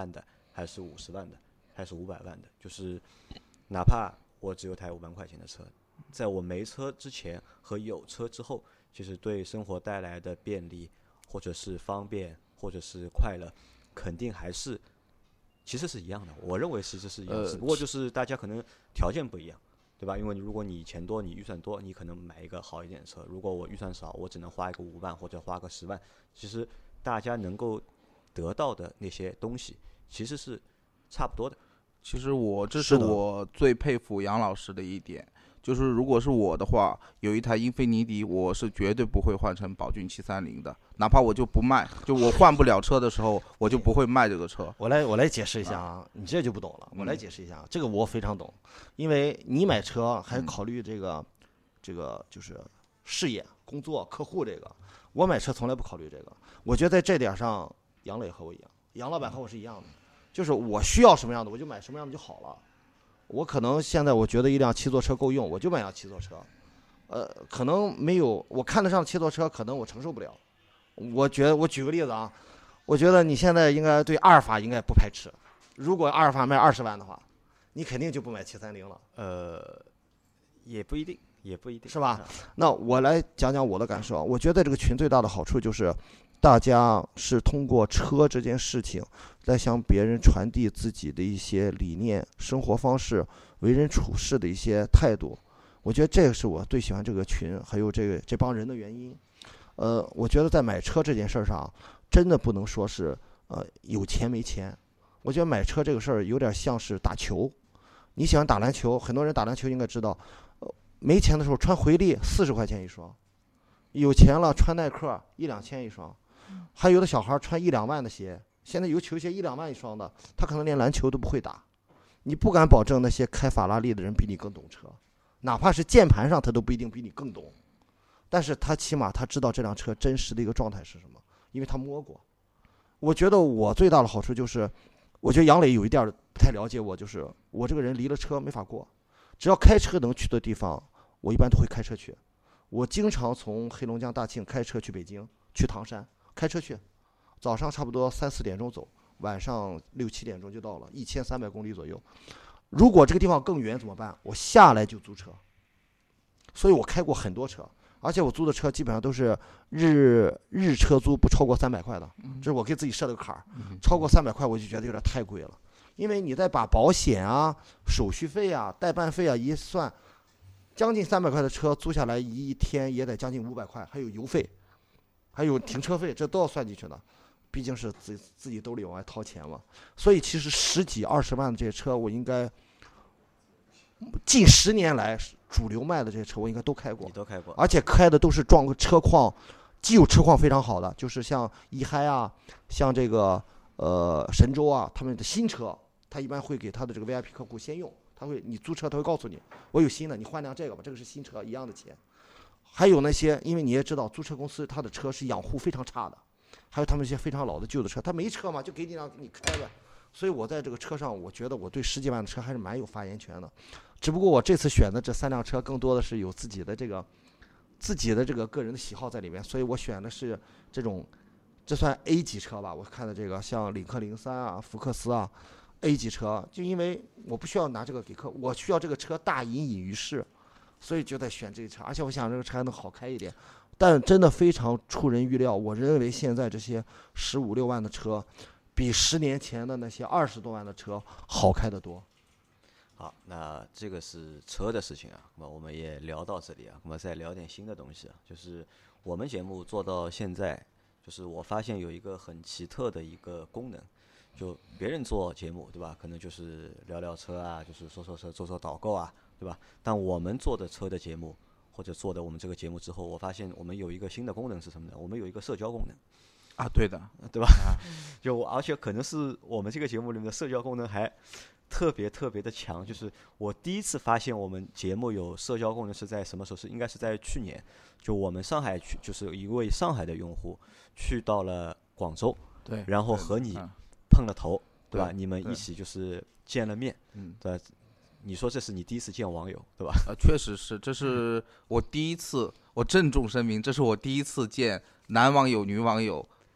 还是五十万的，还是五百万的，就是哪怕我只有台五万块钱的车，在我没车之前和有车之后，其实对生活带来的便利，或者是方便，或者是快乐，肯定还是其实是一样的。我认为其实是一样， 呃只不过就是大家可能条件不一样。对吧？因为如果你钱多，你预算多，你可能买一个好一点的车。如果我预算少，我只能花一个五万或者花个十万。其实大家能够得到的那些东西，其实是差不多的。 其实我这是我最佩服杨老师的一点，就是如果是我的话，有一台英菲尼迪，我是绝对不会换成宝骏七三零的，哪怕我就不卖，就我换不了车的时候，我就不会卖这个车。 我来我来解释一下啊，你这就不懂了。我来解释一下，这个我非常懂，因为你买车还考虑这个，这个就是事业、工作、客户这个。我买车从来不考虑这个。我觉得在这点上，杨磊和我一样，杨老板和我是一样的，就是我需要什么样的我就买什么样的就好了。我可能现在我觉得一辆七座车够用，我就买辆七座车。呃，可能没有我看得上七座车，可能我承受不了。我觉得我举个例子啊，我觉得你现在应该对阿尔法应该不排斥。如果阿尔法卖二十万的话，你肯定就不买七三零了。 呃，也不一定，也不一定， 是吧？那我来讲讲我的感受。我觉得这个群最大的好处就是，大家是通过车这件事情来向别人传递自己的一些理念、生活方式、为人处事的一些态度。我觉得这个是我最喜欢这个群，还有这个这帮人的原因。呃，我觉得在买车这件事上，真的不能说是呃有钱没钱。我觉得买车这个事儿有点像是打球。你喜欢打篮球，很多人打篮球应该知道，呃，没钱的时候穿回力四十块钱一双，有钱了穿耐克一两千一双，还有的小孩穿一两万的鞋。现在有球鞋一两万一双的，他可能连篮球都不会打。你不敢保证那些开法拉利的人比你更懂车，哪怕是键盘上他都不一定比你更懂，但是他起码他知道这辆车真实的一个状态是什么，因为他摸过。我觉得我最大的好处就是，我觉得杨磊有一点不太了解我，就是我这个人离了车没法过，只要开车能去的地方，我一般都会开车去。我经常从黑龙江大庆开车去北京，去唐山，开车去，早上差不多三四点钟走，晚上六七点钟就到了，一千三百公里左右。如果这个地方更远怎么办？我下来就租车。所以我开过很多车，而且我租的车基本上都是日日车租不超过三百块的，这是我给自己设的个坎儿。超过三百块我就觉得有点太贵了，因为你再把保险啊、手续费啊、代办费啊一算，将近三百块的车租下来一天也得将近五百块，还有油费，还有停车费，这都要算进去的。毕竟是自自己兜里往外掏钱嘛，所以其实十几二十万的这些车，我应该近十年来主流卖的这些车，我应该都开过， 你都开过， 而且开的都是撞车况，既有车况非常好的，就是像一嗨啊，像这个呃神州啊，他们的新车，他一般会给他的这个 V I P 客户先用，他会你租车他会告诉你，我有新的，你换辆这个吧，这个是新车，一样的钱。还有那些，因为你也知道，租车公司他的车是养护非常差的。还有他们一些非常老的旧的车，他没车嘛，就给你让你开呗。所以我在这个车上，我觉得我对十几万的车还是蛮有发言权的。只不过我这次选的这三辆车，更多的是有自己的这个自己的这个个人的喜好在里面，所以我选的是这种，这算 A 级车吧。我看的这个像领克零三啊、福克斯啊 ，A 级车，就因为我不需要拿这个给客，我需要这个车大隐隐于市，所以就在选这个车，而且我想这个车还能好开一点。但真的非常出人预料，我认为现在这些十五六万的车，比十年前的那些二十多万的车好开得多。 好，那这个是车的事情啊，那么我们也聊到这里啊，那么再聊点新的东西啊，就是我们节目做到现在，就是我发现有一个很奇特的一个功能，就别人做节目对吧，可能就是聊聊车啊，就是说说车、做做导购啊，对吧？但我们做的车的节目。或者做的我们这个节目之后，我发现我们有一个新的功能是什么呢？我们有一个社交功能啊，对的， 对吧？就而且可能是我们这个节目里面的社交功能还特别特别的强。就是我第一次发现我们节目有社交功能是在什么时候？是应该是在去年，就我们上海去，就是一位上海的用户去到了广州， 对， 然后和你嗯碰了头，对吧？ 对你们一起就是见了面， 嗯， 对吧？你说这是你第一次见网友，对吧？ 呃，确实是，这是我第一次，我郑重声明，这是我第一次见男网友、女网友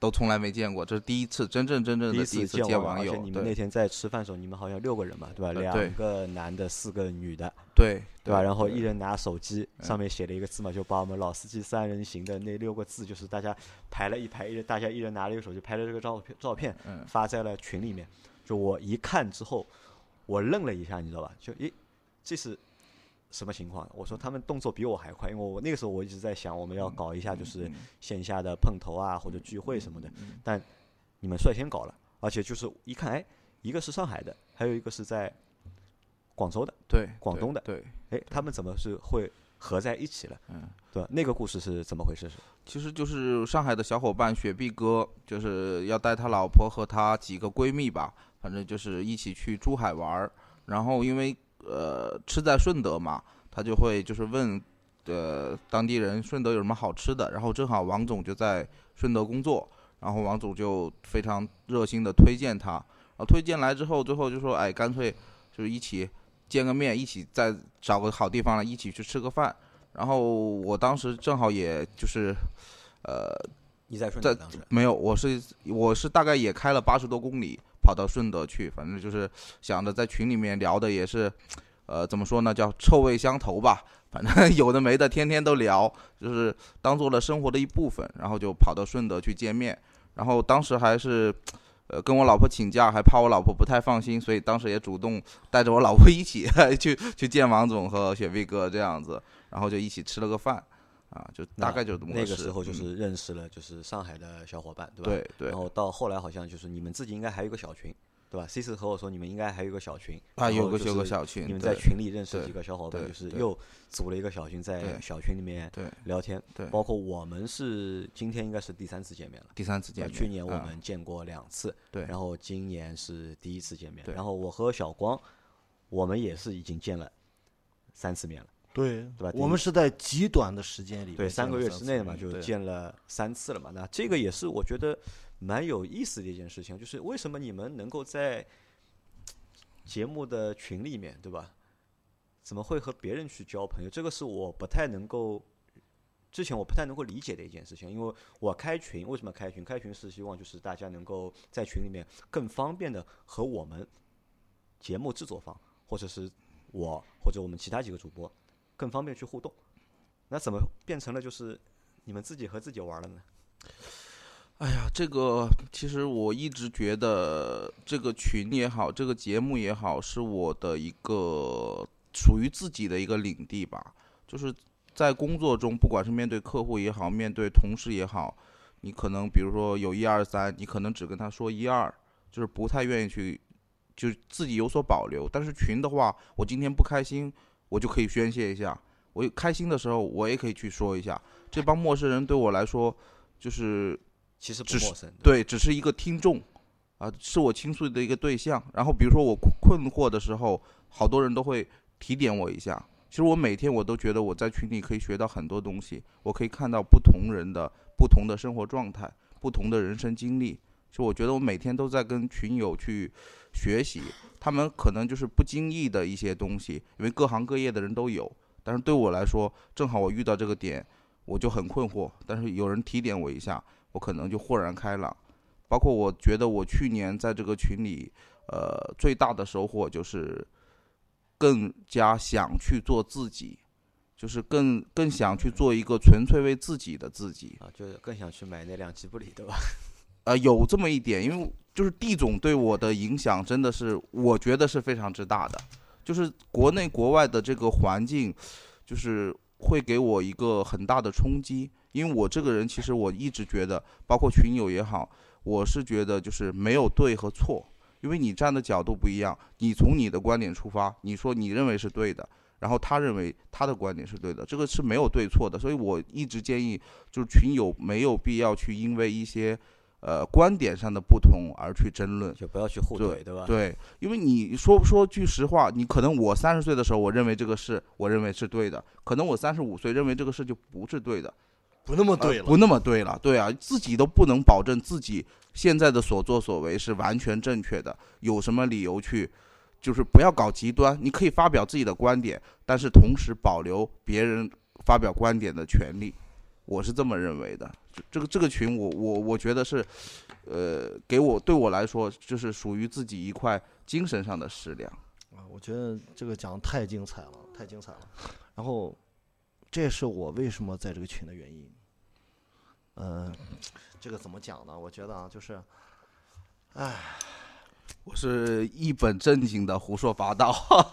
都从来没见过，这是第一次真正真正的第一次次见网友。 而且你们那天在吃饭的时候，你们好像六个人吧，对吧？ 对两个男的，四个女的， 对对吧？然后一人拿手机，上面写了一个字嘛，就把我们老司机三人行的那六个字，就是大家排了一排，一人大家一人拿了一个手机拍了这个照片，照片发在了群里面。就我一看之后，我愣了一下，你知道吧？就诶，这是什么情况？我说他们动作比我还快，因为我那个时候我一直在想，我们要搞一下就是线下的碰头啊或者聚会什么的，但你们率先搞了，而且就是一看，哎，一个是上海的，还有一个是在广州的， 对， 广东的， 对， 哎，他们怎么是会合在一起了？嗯，对吧？那个故事是怎么回事？是， 其实就是上海的小伙伴雪碧哥，就是要带他老婆和他几个闺蜜吧，反正就是一起去珠海玩，然后因为呃吃在顺德嘛，他就会就是问呃当地人顺德有什么好吃的，然后正好王总就在顺德工作，然后王总就非常热心的推荐他，然后推荐来之后，最后就说哎干脆就是一起见个面，一起再找个好地方一起去吃个饭。然后我当时正好也就是呃你在顺德当时没有，我是我是大概也开了八十多公里跑到顺德去，反正就是想着在群里面聊的也是呃怎么说呢，叫臭味相投吧，反正有的没的天天都聊，就是当做了生活的一部分，然后就跑到顺德去见面。然后当时还是呃跟我老婆请假，还怕我老婆不太放心，所以当时也主动带着我老婆一起去去见王总和雪碧哥这样子，然后就一起吃了个饭啊，就大概就这么个事。那个时候就是认识了就是上海的小伙伴，对吧？ 对对。 然后到后来好像就是你们自己应该还有一个小群，对吧 ？C 四和我说你们应该还有一个小群啊，有个有个小群， 你们在群里认识几个小伙伴，就是又组了一个小群，在小群里面聊天。 对， 包括我们是今天应该是第三次见面了， 第三次见面。 去年我们见过两次， 对， 然后今年是第一次见面。然后我和小光，我们也是已经见了三次面了。 对， 对吧？ 我们是在极短的时间里， 对，三个月之内嘛，就见了三次了嘛。那这个也是我觉得蛮有意思的一件事情，就是为什么你们能够在节目的群里面，对吧？怎么会和别人去交朋友？这个是我不太能够，之前我不太能够理解的一件事情。因为我开群，为什么开群？开群是希望就是大家能够在群里面更方便的和我们节目制作方，或者是我或者我们其他几个主播更方便去互动。那怎么变成了就是你们自己和自己玩了呢？ 哎呀，这个其实我一直觉得这个群也好，这个节目也好，是我的一个属于自己的一个领地吧。就是在工作中，不管是面对客户也好，面对同事也好，你可能比如说有一二三，你可能只跟他说一二，就是不太愿意去，就是自己有所保留。但是群的话，我今天不开心，我就可以宣泄一下。我开心的时候，我也可以去说一下。这帮陌生人对我来说，就是其实不陌生， 对，只是一个听众，啊，是我倾诉的一个对象。然后比如说我困惑的时候，好多人都会提点我一下。其实我每天我都觉得我在群里可以学到很多东西，我可以看到不同人的不同的生活状态，不同的人生经历。就我觉得我每天都在跟群友去学习，他们可能就是不经意的一些东西，因为各行各业的人都有。但是对我来说，正好我遇到这个点，我就很困惑。但是有人提点我一下，我可能就豁然开朗。包括我觉得我去年在这个群里，呃，最大的收获就是更加想去做自己，就是更更想去做一个纯粹为自己的自己啊，就是更想去买那辆吉布里，对吧？ 呃，有这么一点，因为就是地总对我的影响真的是，我觉得是非常之大的。就是国内国外的这个环境，就是会给我一个很大的冲击。因为我这个人其实我一直觉得，包括群友也好，我是觉得就是没有对和错，因为你站的角度不一样，你从你的观点出发，你说你认为是对的，然后他认为他的观点是对的，这个是没有对错的。所以我一直建议，就是群友没有必要去因为一些呃，观点上的不同而去争论， 就不要去互怼， 对, 对吧？ 对，因为你说说句实话，你可能我三十岁的时候，我认为这个事，我认为是对的，可能我三十五岁认为这个事就不是对的， 不那么对了、 呃，不那么对了，对啊，自己都不能保证自己现在的所作所为是完全正确的，有什么理由去，就是不要搞极端，你可以发表自己的观点，但是同时保留别人发表观点的权利。 我是这么认为的。这这个这个群我，我我觉得是，呃，给我对我来说，就是属于自己一块精神上的食粮。 啊，我觉得这个讲太精彩了，太精彩了。然后，这也是我为什么在这个群的原因。嗯、呃，这个怎么讲呢？我觉得啊，就是，唉， 我是一本正经的胡说八道。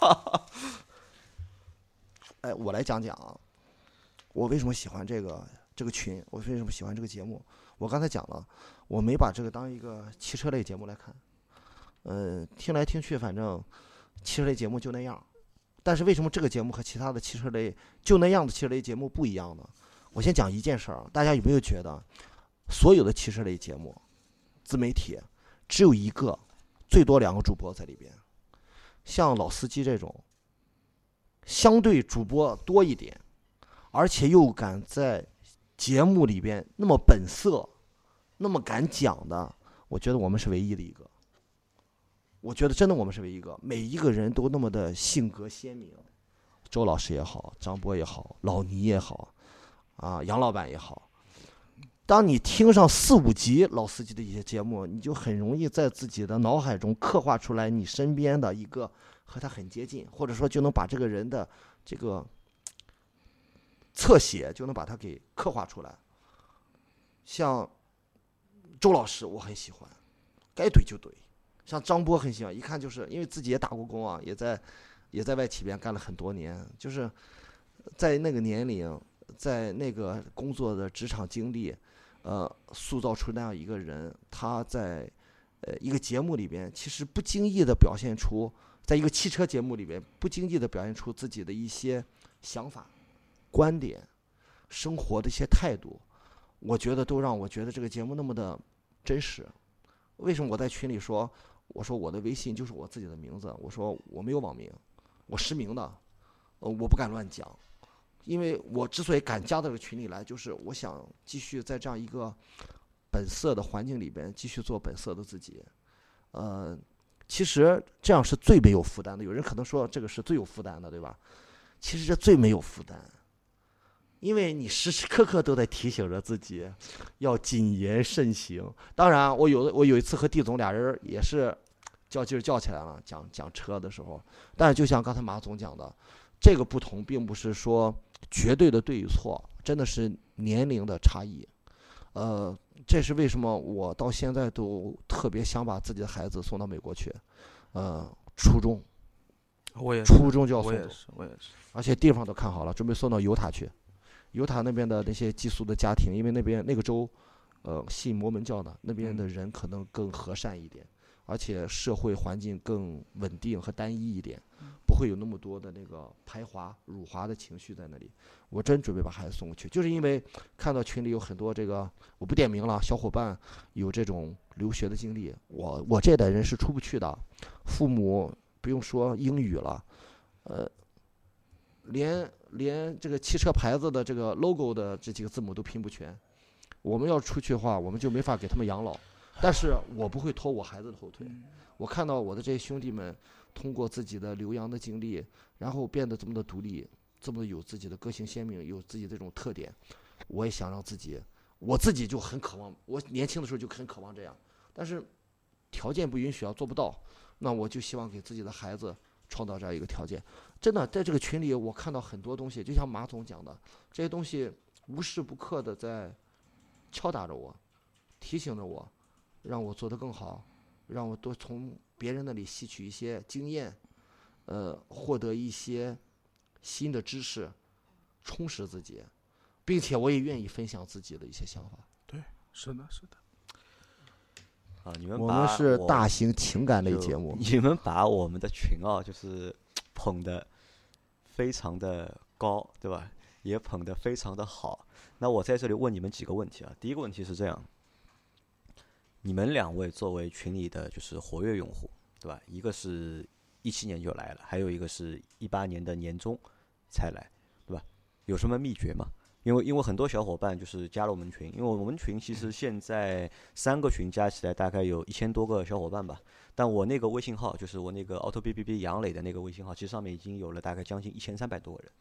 哎，我来讲讲啊，我为什么喜欢这个这个群，我为什么喜欢这个节目。我刚才讲了，我没把这个当一个汽车类节目来看。嗯、呃，听来听去，反正汽车类节目就那样。但是为什么这个节目和其他的汽车类就那样的汽车类节目不一样呢？我先讲一件事儿，大家有没有觉得，所有的汽车类节目，自媒体只有一个，最多两个主播在里边，像老司机这种，相对主播多一点，而且又敢在节目里边那么本色，那么敢讲的，我觉得我们是唯一的一个。我觉得真的我们是唯一一个，每一个人都那么的性格鲜明，周老师也好，张波也好，老倪也好，啊，杨老板也好。当你听上四五集老司机的一些节目，你就很容易在自己的脑海中刻画出来你身边的一个和他很接近，或者说就能把这个人的这个侧写就能把他给刻画出来。像周老师我很喜欢，该怼就怼。像张波很喜欢，一看就是因为自己也打过工啊，也在也在外企边干了很多年，就是在那个年龄，在那个工作的职场经历，呃，塑造出那样一个人。他在呃一个节目里边，其实不经意的表现出，在一个汽车节目里边，不经意的表现出自己的一些想法、观点、生活的一些态度，我觉得都让我觉得这个节目那么的真实。为什么我在群里说？我说我的微信就是我自己的名字，我说我没有网名，我实名的，呃，我不敢乱讲，因为我之所以敢加到这个群里来，就是我想继续在这样一个本色的环境里边继续做本色的自己。呃，其实这样是最没有负担的。有人可能说这个是最有负担的，对吧？其实这最没有负担，因为你时时刻刻都在提醒着自己要谨言慎行。当然，我有我有一次和地总俩人也是较劲儿较起来了，讲讲车的时候。但是就像刚才马总讲的，这个不同并不是说绝对的对与错，真的是年龄的差异。呃，这是为什么我到现在都特别想把自己的孩子送到美国去，呃，初中， 我也初中就要送走， 我也是，我也是， 而且地方都看好了，准备送到犹他去。犹他那边的那些寄宿的家庭，因为那边那个州，呃，信摩门教的，那边的人可能更和善一点，而且社会环境更稳定和单一一点，不会有那么多的那个排华、辱华的情绪在那里。我真准备把孩子送过去，就是因为看到群里有很多这个，我不点名了，小伙伴有这种留学的经历，我我这代人是出不去的，父母不用说英语了，呃，连连这个汽车牌子的这个 logo 的这几个字母都拼不全。我们要出去的话，我们就没法给他们养老。但是我不会拖我孩子的后腿。我看到我的这些兄弟们通过自己的留洋的经历，然后变得这么的独立，这么有自己的个性鲜明，有自己这种特点，我也想让自己，我自己就很渴望，我年轻的时候就很渴望这样，但是条件不允许啊，做不到。那我就希望给自己的孩子创造这样一个条件。真的，在这个群里，我看到很多东西，就像马总讲的，这些东西无时不刻的在敲打着我，提醒着我，让我做得更好，让我多从别人那里吸取一些经验，呃，获得一些新的知识，充实自己，并且我也愿意分享自己的一些想法。 对，是的，是的。 啊，你们我把们是我大型情感类就节目， 你们把我们的群啊，就是捧得非常的高，对吧？也捧得非常的好。那我在这里问你们几个问题啊。第一个问题是这样：你们两位作为群里的就是活跃用户，对吧？一个是一七年就来了，还有一个是一八年的年中才来，对吧？有什么秘诀吗？因为因为很多小伙伴就是加了我们群，因为我们群其实现在三个群加起来大概有一千多个小伙伴吧，但我那个微信号就是我那个 auto B B B 杨磊的那个微信号，其实上面已经有了大概将近一千三百多个人。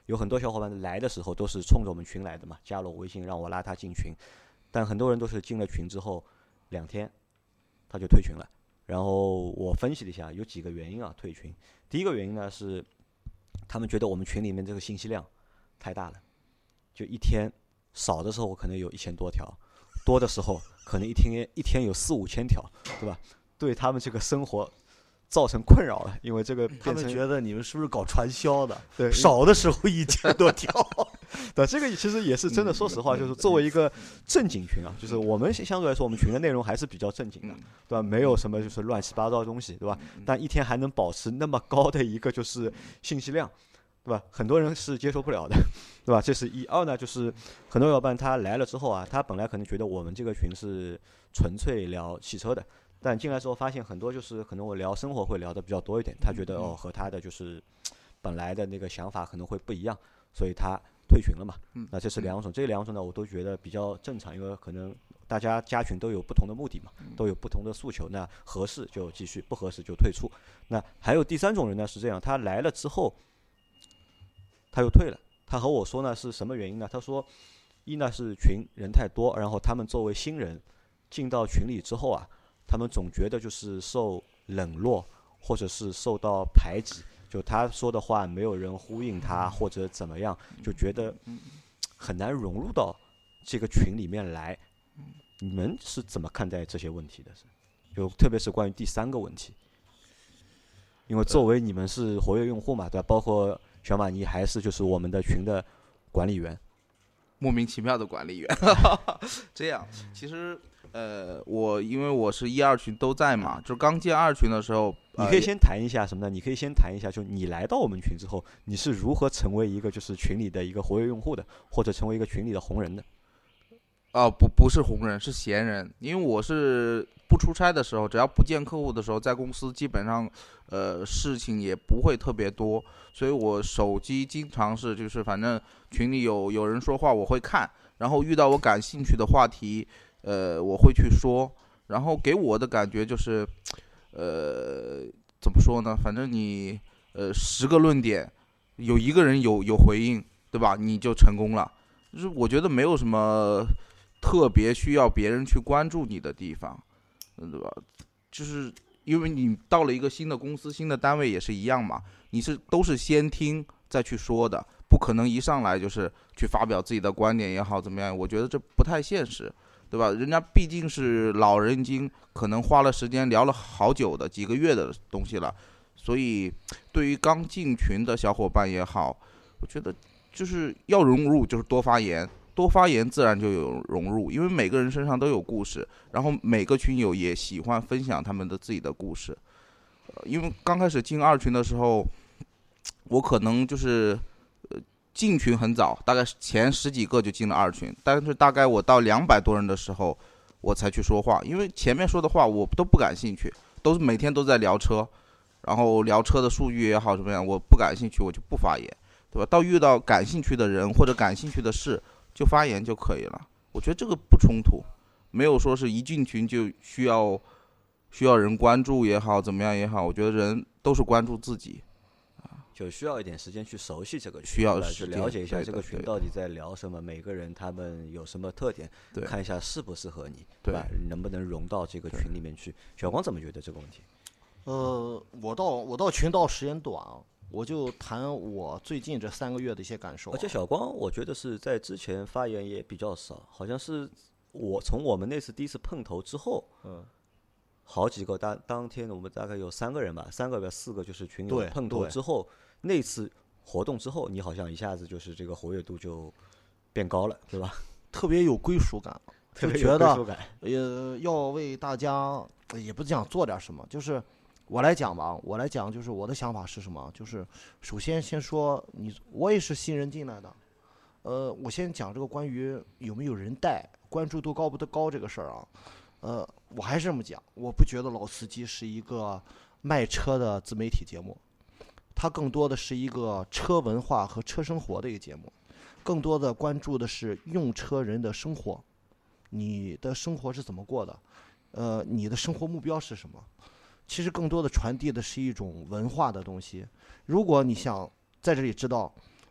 有很多小伙伴来的时候都是冲着我们群来的嘛，加了我微信让我拉他进群，但很多人都是进了群之后两天他就退群了。然后我分析了一下，有几个原因啊退群。第一个原因呢是他们觉得我们群里面这个信息量太大了，就一天少的时候可能有一千多条，多的时候可能一天一天有四五千条，对吧？对他们这个生活造成困扰了，因为这个他们觉得你们是不是搞传销的？ 对， 少的时候一千多条。 对，这个其实也是真的。说实话，就是作为一个正经群啊，就是我们相对来说，我们群的内容还是比较正经的，对吧？没有什么就是乱七八糟的东西，对吧？但一天还能保持那么高的一个就是信息量，对吧？很多人是接受不了的，对吧？这是一。二呢，就是很多小伙伴他来了之后啊，他本来可能觉得我们这个群是纯粹聊汽车的。但进来之后发现很多就是可能我聊生活会聊的比较多一点，他觉得哦和他的就是本来的那个想法可能会不一样，所以他退群了嘛。那这是两种，这两种呢我都觉得比较正常，因为可能大家加群都有不同的目的嘛，都有不同的诉求，那合适就继续，不合适就退出。那还有第三种人呢是这样，他来了之后他又退了，他和我说呢是什么原因呢？他说一呢是群人太多，然后他们作为新人进到群里之后啊，他们总觉得就是受冷落，或者是受到排挤，就他说的话没有人呼应他，或者怎么样，就觉得很难融入到这个群里面来。你们是怎么看待这些问题的？就特别是关于第三个问题，因为作为你们是活跃用户嘛，对吧？包括小马尼还是就是我们的群的管理员， 莫名其妙的管理员。这样，其实。呃，我因为我是一二群都在嘛，就是刚建二群的时候， 你可以先谈一下什么呢？你可以先谈一下，就你来到我们群之后，你是如何成为一个就是群里的一个活跃用户的，或者成为一个群里的红人的？ 哦，不，不是红人，是闲人。因为我是不出差的时候，只要不见客户的时候，在公司基本上，呃，事情也不会特别多，所以我手机经常是就是反正群里有有人说话我会看，然后遇到我感兴趣的话题。呃，我会去说，然后给我的感觉就是，呃，怎么说呢？反正你，呃，十个论点，有一个人有有回应，对吧？你就成功了。就是我觉得没有什么特别需要别人去关注你的地方，对吧？就是因为你到了一个新的公司、新的单位也是一样嘛，你是都是先听再去说的，不可能一上来就是去发表自己的观点也好怎么样？我觉得这不太现实。对吧？人家毕竟是老人，已经可能花了时间聊了好久的几个月的东西了，所以对于刚进群的小伙伴也好，我觉得就是要融入，就是多发言，多发言自然就有融入，因为每个人身上都有故事，然后每个群友也喜欢分享他们的自己的故事。呃、因为刚开始进二群的时候，我可能就是。进群很早，大概前十几个就进了二群，但是大概我到两百多人的时候，我才去说话，因为前面说的话我都不感兴趣，都是每天都在聊车，然后聊车的数据也好怎么样，我不感兴趣我就不发言，对吧？到遇到感兴趣的人或者感兴趣的事就发言就可以了，我觉得这个不冲突，没有说是一进群就需要需要人关注也好怎么样也好，我觉得人都是关注自己。 就需要一点时间去熟悉这个群， 需要去了解一下这个群到底在聊什么，每个人他们有什么特点，看一下适不适合你，对吧？能不能融到这个群里面去？小光怎么觉得这个问题？ 呃，我到我到群到时间短，我就谈我最近这三个月的一些感受。 而且小光，我觉得是在之前发言也比较少，好像是我从我们那次第一次碰头之后， 嗯。 好几个当当天我们大概有三个人吧，三个吧四个就是群友碰头之后，那次活动之后，你好像一下子就是这个活跃度就变高了，对吧？ 特别有归属感， 特别有归属感， 呃，要为大家也不讲做点什么，就是我来讲吧，我来讲就是我的想法是什么，就是首先先说你，我也是新人进来的，呃，我先讲这个关于有没有人带，关注度高不高这个事儿啊。呃，我还是这么讲，我不觉得老司机是一个卖车的自媒体节目，它更多的是一个车文化和车生活的一个节目，更多的关注的是用车人的生活，你的生活是怎么过的，呃，你的生活目标是什么？其实更多的传递的是一种文化的东西。如果你想在这里知道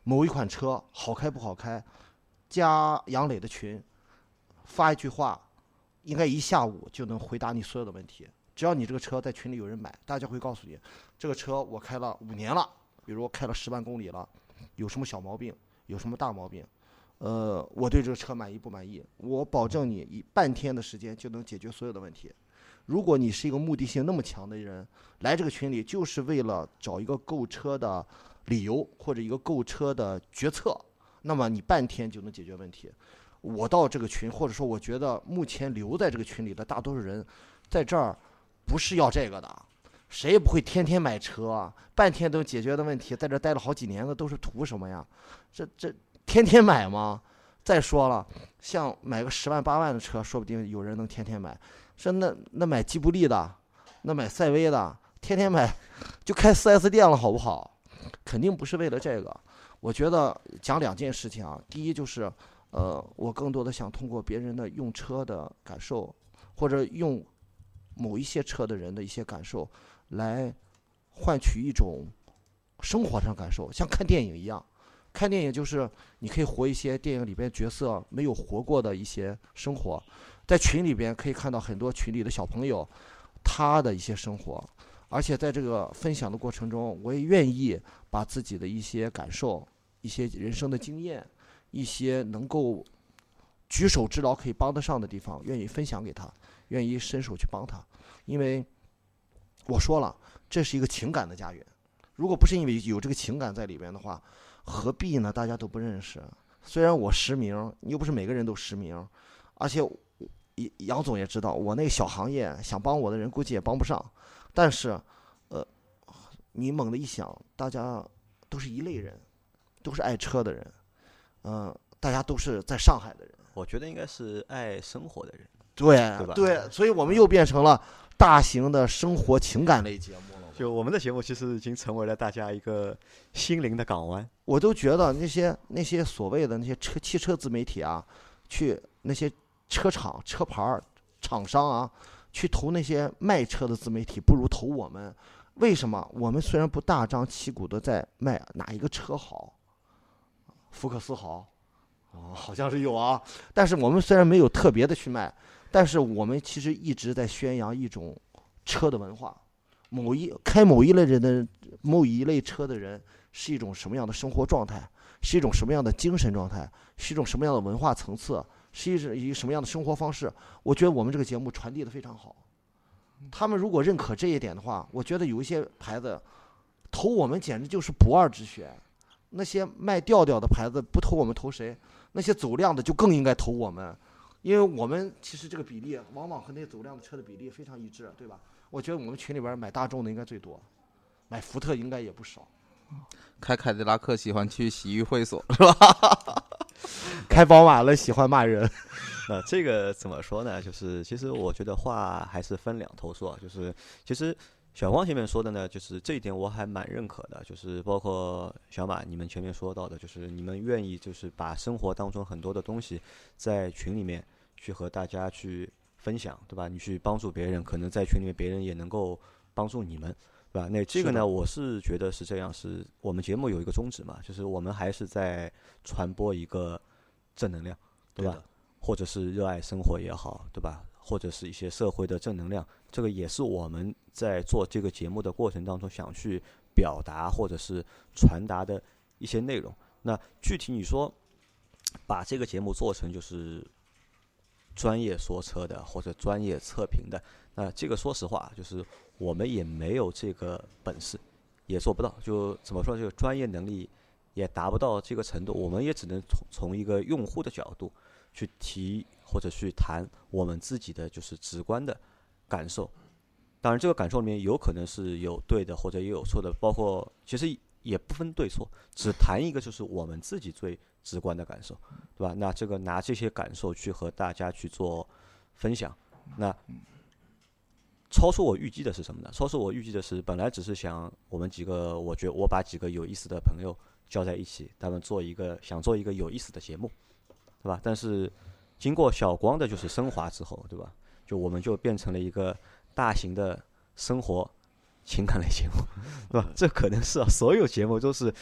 某一款车好开不好开，加杨磊的群，发一句话，应该一下午就能回答你所有的问题。只要你这个车在群里有人买，大家会告诉你，这个车我开了五年了，比如我开了十万公里了，有什么小毛病，有什么大毛病，呃，我对这个车满意不满意？我保证你以半天的时间就能解决所有的问题。如果你是一个目的性那么强的人，来这个群里就是为了找一个购车的理由或者一个购车的决策，那么你半天就能解决问题。我到这个群，或者说我觉得目前留在这个群里的大多数人，在这儿不是要这个的，谁也不会天天买车，半天都解决的问题，在这待了好几年的都是图什么呀？这这天天买吗？再说了，像买个十万八万的车，说不定有人能天天买。说那那买吉布力的，那买赛威的，天天买，就开 四 S 店了，好不好？肯定不是为了这个。我觉得讲两件事情啊，第一就是，呃，我更多的想通过别人的用车的感受，或者用某一些车的人的一些感受，来换取一种生活上感受，像看电影一样。看电影就是你可以活一些电影里边角色没有活过的一些生活，在群里边可以看到很多群里的小朋友他的一些生活，而且在这个分享的过程中，我也愿意把自己的一些感受、一些人生的经验、一些能够举手之劳可以帮得上的地方，愿意分享给他，愿意伸手去帮他。因为我说了，这是一个情感的家园，如果不是因为有这个情感在里边的话，何必呢？大家都不认识。虽然我实名，又不是每个人都实名，而且杨总也知道，我那个小行业想帮我的人估计也帮不上。但是，呃，你猛地一想，大家都是一类人，都是爱车的人，嗯、呃，大家都是在上海的人。 我觉得应该是爱生活的人。 对对吧？ 对，所以我们又变成了大型的生活情感类节目了。 就我们的节目其实已经成为了大家一个心灵的港湾。 我都觉得那些那些所谓的那些车汽车自媒体啊，去那些车厂车牌厂商啊，去投那些卖车的自媒体，不如投我们。为什么？我们虽然不大张旗鼓的在卖哪一个车好，福克斯好，哦，好像是有啊。但是我们虽然没有特别的去卖，但是我们其实一直在宣扬一种车的文化。某一开某一类人的某一类车的人是一种什么样的生活状态，是一种什么样的精神状态，是一种什么样的文化层次，是一种一什么样的生活方式。我觉得我们这个节目传递的非常好。他们如果认可这一点的话，我觉得有一些牌子投我们简直就是不二之选。那些卖调调的牌子不投我们投谁？那些走量的就更应该投我们，因为我们其实这个比例往往和那些走量的车的比例非常一致，对吧？我觉得我们群里边买大众的应该最多，买福特应该也不少。 开凯迪拉克喜欢去洗浴会所是吧？ 开宝马了喜欢骂人。 那这个怎么说呢？就是其实我觉得话还是分两头说，就是其实小光前面说的呢，就是这一点我还蛮认可的，就是包括小马你们前面说到的，就是你们愿意就是把生活当中很多的东西在群里面去和大家去分享，对吧？你去帮助别人，可能在群里面别人也能够帮助你们，对吧？那这个呢，我是觉得是这样，是我们节目有一个宗旨嘛，就是我们还是在传播一个正能量，对吧？ 对或者是热爱生活也好，对吧？或者是一些社会的正能量，这个也是我们在做这个节目的过程当中想去表达或者是传达的一些内容。那具体你说把这个节目做成就是专业说车的或者专业测评的，那这个说实话就是我们也没有这个本事，也做不到，就怎么说，就专业能力也达不到这个程度，我们也只能从从一个用户的角度去提或者去谈我们自己的就是直观的感受。当然这个感受里面有可能是有对的或者也有错的，包括其实也不分对错，只谈一个就是我们自己最直观的感受，对吧？那这个拿这些感受去和大家去做分享，那超出我预计的是什么呢？超出我预计的是，本来只是想我们几个，我觉得我把几个有意思的朋友叫在一起，他们做一个想做一个有意思的节目，对吧？但是经过小光的就是升华之后，对吧？就我们就变成了一个大型的生活情感类节目，对吧？这可能是啊，所有节目都是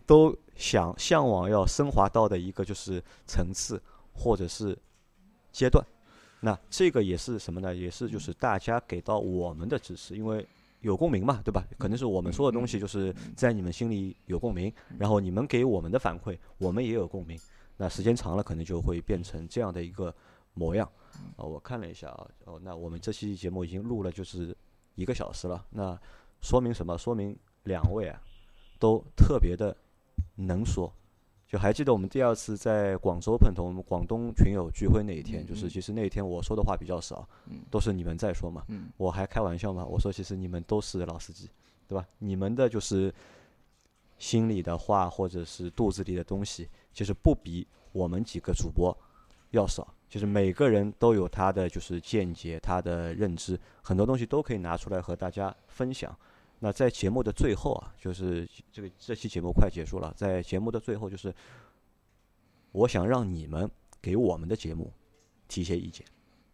都想向往要升华到的一个就是层次或者是阶段。那这个也是什么呢？也是就是大家给到我们的支持，因为有共鸣嘛，对吧？可能是我们说的东西就是在你们心里有共鸣，然后你们给我们的反馈，我们也有共鸣。那时间长了，可能就会变成这样的一个模样。啊，我看了一下啊，哦，那我们这期节目已经录了就是一个小时了。那说明什么？说明两位啊都特别的能说。就还记得我们第二次在广州碰头，我们广东群友聚会那一天，就是其实那一天我说的话比较少，都是你们在说嘛。我还开玩笑嘛，我说其实你们都是老司机，对吧？你们的就是心里的话或者是肚子里的东西，其实不比我们几个主播要少。就是每个人都有他的就是见解，他的认知，很多东西都可以拿出来和大家分享。那在节目的最后啊，就是这个这期节目快结束了，在节目的最后，就是我想让你们给我们的节目提些意见。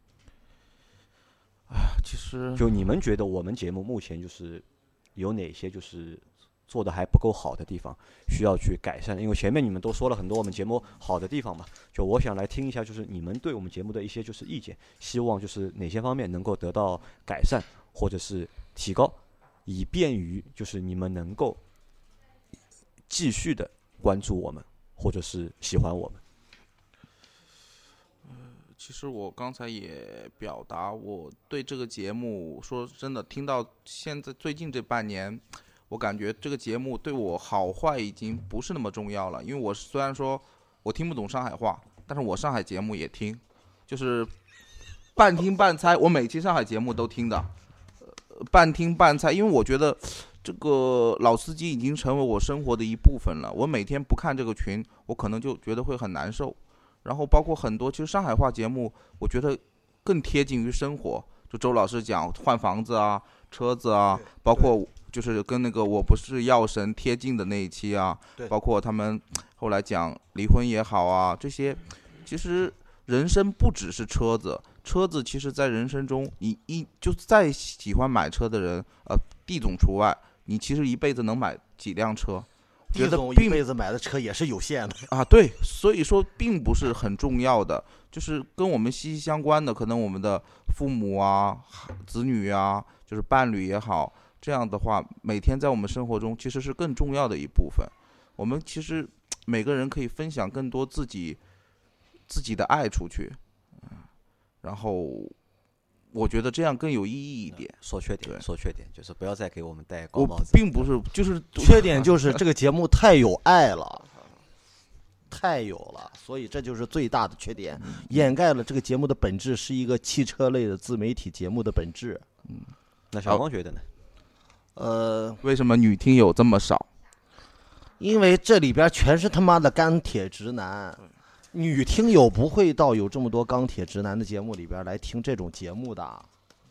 啊，其实就你们觉得我们节目目前就是有哪些就是做的还不够好的地方，需要去改善的？因为前面你们都说了很多我们节目好的地方嘛，就我想来听一下，就是你们对我们节目的一些就是意见，希望就是哪些方面能够得到改善或者是提高。以便于就是你们能够继续的关注我们，或者是喜欢我们。 呃，其实我刚才也表达我对这个节目，说真的，听到现在最近这半年，我感觉这个节目对我好坏已经不是那么重要了。因为我虽然说我听不懂上海话，但是我上海节目也听，就是半听半猜，我每期上海节目都听的。半听半猜，因为我觉得这个老司机已经成为我生活的一部分了。我每天不看这个群，我可能就觉得会很难受。然后包括很多，其实上海话节目，我觉得更贴近于生活。就周老师讲换房子啊、车子啊，包括就是跟那个我不是药神贴近的那一期啊，包括他们后来讲离婚也好啊，这些其实人生不只是车子。车子其实在人生中，你一就再喜欢买车的人，呃，地总除外，你其实一辈子能买几辆车？ 地总一辈子买的车也是有限的啊，对，所以说并不是很重要的，就是跟我们息息相关的，可能我们的父母啊、子女啊，就是伴侣也好，这样的话，每天在我们生活中其实是更重要的一部分。我们其实每个人可以分享更多自己自己的爱出去。然后我觉得这样更有意义一点。 说缺点，说缺点，就是不要再给我们戴高帽子。 我并不是，就是缺点就是这个节目太有爱了，太有了，所以这就是最大的缺点，掩盖了这个节目的本质是一个汽车类的自媒体节目的本质。 嗯， 那小光觉得呢？ 呃， 为什么女听友这么少？ 因为这里边全是他妈的钢铁直男。女听友不会到有这么多钢铁直男的节目里边来听这种节目的。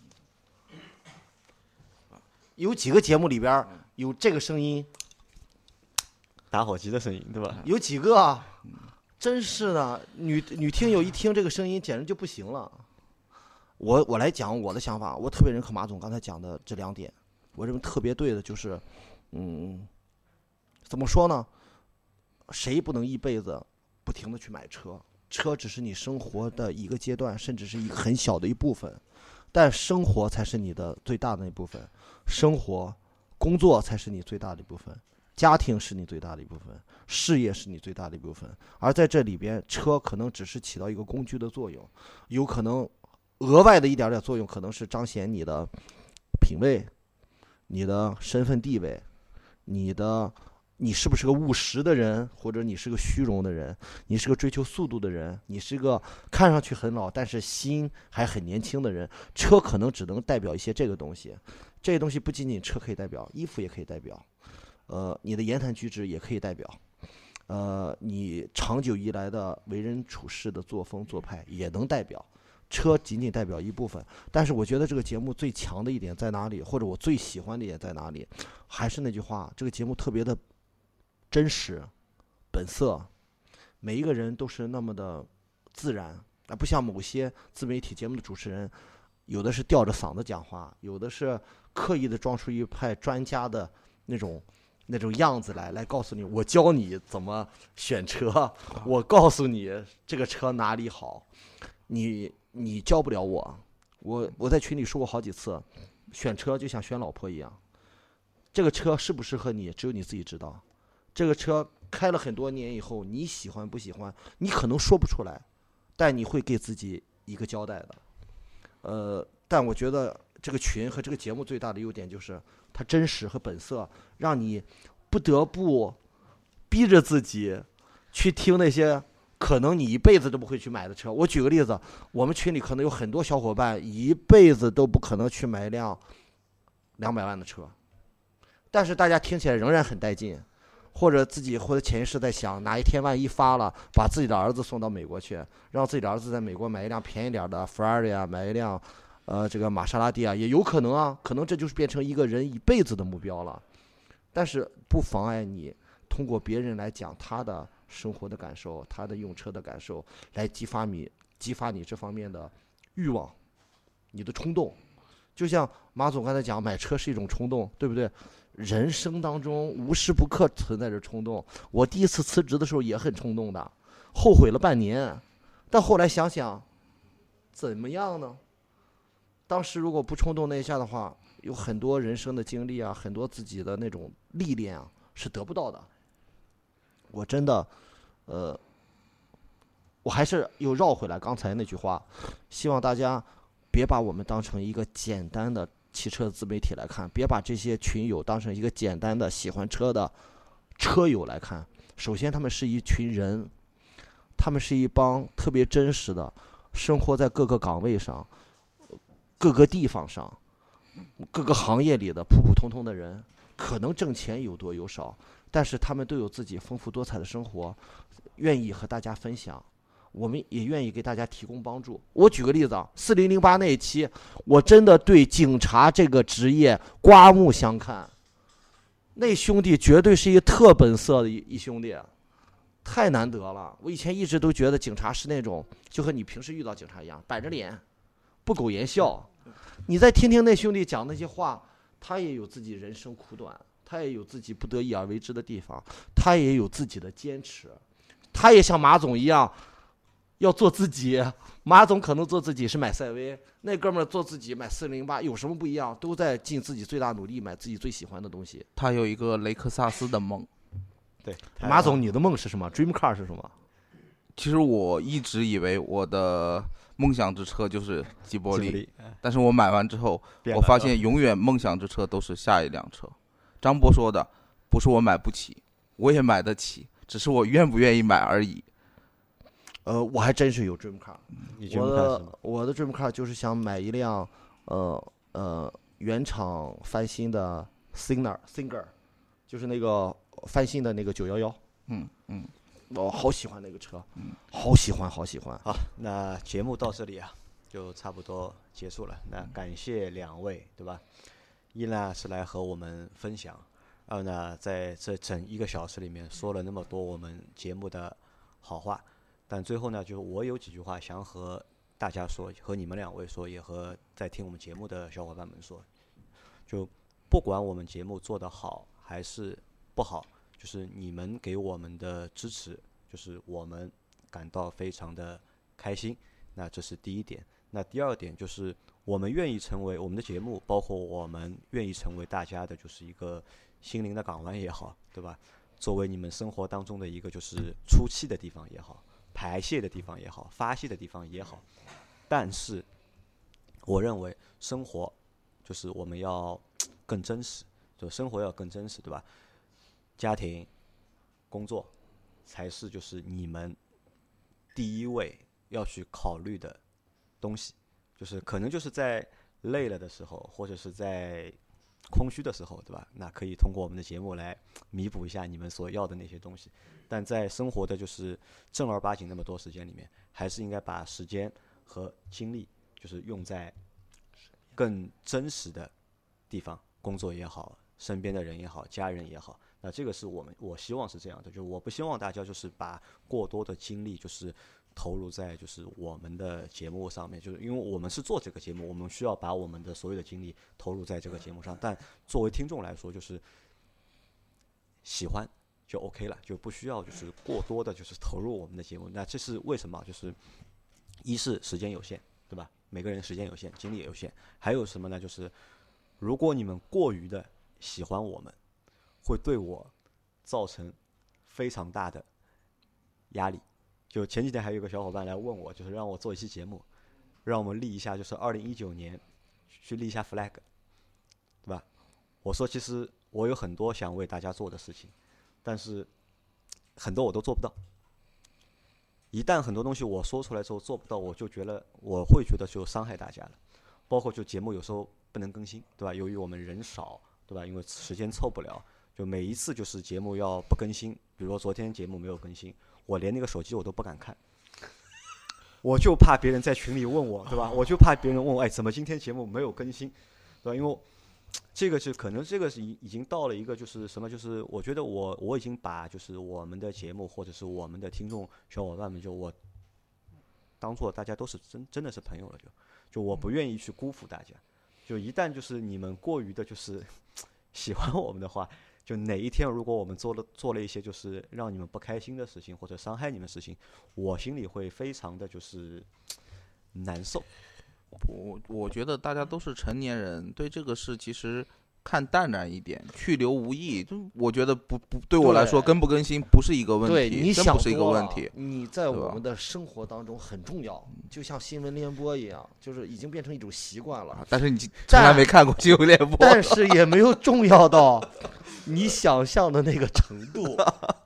有几个节目里边有这个声音， 打火机的声音，对吧？ 有几个，真是的，女女听友一听这个声音，简直就不行了。我我来讲我的想法，我特别认可马总刚才讲的这两点，我认为特别对的就是，嗯，怎么说呢？谁不能一辈子不停的去买车？车只是你生活的一个阶段，甚至是一个很小的一部分，但生活才是你的最大的一部分。生活、工作才是你最大的一部分，家庭是你最大的一部分，事业是你最大的一部分。而在这里边，车可能只是起到一个工具的作用，有可能额外的一点点作用，可能是彰显你的品味、你的身份地位、你的。你是不是个务实的人，或者你是个虚荣的人，你是个追求速度的人，你是个看上去很老但是心还很年轻的人。车可能只能代表一些这个东西，这些东西不仅仅车可以代表，衣服也可以代表，呃，你的言谈举止也可以代表，呃，你长久以来的为人处事的作风做派也能代表。车仅仅代表一部分，但是我觉得这个节目最强的一点在哪里，或者我最喜欢的一点在哪里，还是那句话，这个节目特别的真实、本色，每一个人都是那么的自然，而不像某些自媒体节目的主持人，有的是吊着嗓子讲话，有的是刻意的装出一派专家的那种那种样子来来告诉你，我教你怎么选车，我告诉你这个车哪里好，你你教不了我。我我在群里说过好几次，选车就像选老婆一样，这个车适不适合你，只有你自己知道。这个车开了很多年以后，你喜欢不喜欢，你可能说不出来，但你会给自己一个交代的。呃，但我觉得这个群和这个节目最大的优点就是它真实和本色，让你不得不逼着自己去听那些可能你一辈子都不会去买的车。我举个例子，我们群里可能有很多小伙伴一辈子都不可能去买一辆两百万的车，但是大家听起来仍然很带劲，或者自己或者潜意识在想，哪一天万一发了，把自己的儿子送到美国去，让自己的儿子在美国买一辆便宜点的法拉利啊，买一辆呃这个玛莎拉蒂啊，也有可能啊，可能这就是变成一个人一辈子的目标了。但是不妨碍你通过别人来讲他的生活的感受，他的用车的感受，来激发你激发你这方面的欲望，你的冲动。就像马总刚才讲，买车是一种冲动，对不对？人生当中无时不刻存在着冲动。我第一次辞职的时候也很冲动的，后悔了半年，但后来想想，怎么样呢？当时如果不冲动那一下的话，有很多人生的经历啊，很多自己的那种历练啊，是得不到的。我真的，呃，我还是又绕回来刚才那句话，希望大家别把我们当成一个简单的汽车自媒体来看，别把这些群友当成一个简单的喜欢车的车友来看。首先，他们是一群人，他们是一帮特别真实的，生活在各个岗位上、各个地方上、各个行业里的普普通通的人，可能挣钱有多有少，但是他们都有自己丰富多彩的生活，愿意和大家分享。我们也愿意给大家提供帮助。我举个例子啊，四零零八那一期，我真的对警察这个职业刮目相看。那兄弟绝对是一特本色的一一兄弟，太难得了。我以前一直都觉得警察是那种，就和你平时遇到警察一样，板着脸，不苟言笑。你再听听那兄弟讲那些话，他也有自己人生苦短，他也有自己不得已而为之的地方，他也有自己的坚持，他也像马总一样。要做自己，马总可能做自己是买赛威，那哥们儿做自己买四零八，有什么不一样？都在尽自己最大努力买自己最喜欢的东西。 他有一个雷克萨斯的梦。 对， 马总，你的梦是什么 ？Dream car 是什么？ 其实我一直以为我的梦想之车就是吉伯利， 利但是我买完之后，我发现永远梦想之车都是下一辆车。张波说的，不是我买不起，我也买得起，只是我愿不愿意买而已。 呃，我还真是有 dream car。 你 dream 我 car 的是吗？ 我的 dream car 就是想买一辆呃呃原厂翻新的 Singer Singer， 就是那个翻新的那个九一一。 嗯嗯， 我好喜欢那个车，嗯，好喜欢好喜欢。 好，那节目到这里啊，就差不多结束了。那感谢两位，对吧？一呢是来和我们分享，二呢在这整一个小时里面说了那么多我们节目的好话。但最后呢，就是我有几句话想和大家说，和你们两位说，也和在听我们节目的小伙伴们说。就不管我们节目做得好还是不好，就是你们给我们的支持，就是我们感到非常的开心。那这是第一点。那第二点就是我们愿意成为我们的节目，包括我们愿意成为大家的就是一个心灵的港湾也好，对吧？作为你们生活当中的一个就是出气的地方也好，排泄的地方也好，发泄的地方也好，但是我认为生活就是我们要更真实，就生活要更真实，对吧？家庭、工作才是就是你们第一位要去考虑的东西，就是可能就是在累了的时候，或者是在空虚的时候，对吧？那可以通过我们的节目来弥补一下你们所要的那些东西。但在生活的就是正儿八经那么多时间里面，还是应该把时间和精力就是用在更真实的地方，工作也好，身边的人也好，家人也好。那这个是我们我希望是这样的，就是我不希望大家就是把过多的精力就是投入在就是我们的节目上面，就是因为我们是做这个节目，我们需要把我们的所有的精力投入在这个节目上。但作为听众来说，就是喜欢就 OK 了，就不需要就是过多的就是投入我们的节目。那这是为什么？就是一是时间有限，对吧？每个人时间有限，精力也有限。还有什么呢？就是如果你们过于的喜欢我们，会对我造成非常大的压力。就前几天还有一个小伙伴来问我，就是让我做一期节目，让我们立一下，就是二零一九年去立一下 flag， 对吧？我说其实我有很多想为大家做的事情，但是很多我都做不到。一旦很多东西我说出来之后做不到，我就觉得我会觉得就伤害大家了。包括就节目有时候不能更新，对吧？由于我们人少，对吧？因为时间凑不了，就每一次就是节目要不更新，比如说昨天节目没有更新，我连那个手机我都不敢看，我就怕别人在群里问我，对吧？我就怕别人问我，哎，怎么今天节目没有更新，对吧？因为这个是可能这个是已已经到了一个就是什么，就是我觉得我我已经把就是我们的节目或者是我们的听众小伙伴们，就我当做大家都是真真的是朋友了，就就我不愿意去辜负大家。就一旦就是你们过于的就是喜欢我们的话，就哪一天如果我们做了做了一些就是让你们不开心的事情或者伤害你们的事情，我心里会非常的就是难受。 我我觉得大家都是成年人，对这个事其实看淡然一点，去留无意。就我觉得不不对我来说更不更新不是一个问对， 题， 你想真不是一个多了问题。 你在对吧我们的生活当中很重要，就像新闻联播一样，就是已经变成一种习惯了。 但是你从来没看过新闻联播， 但是也没有重要到你想象的那个程度。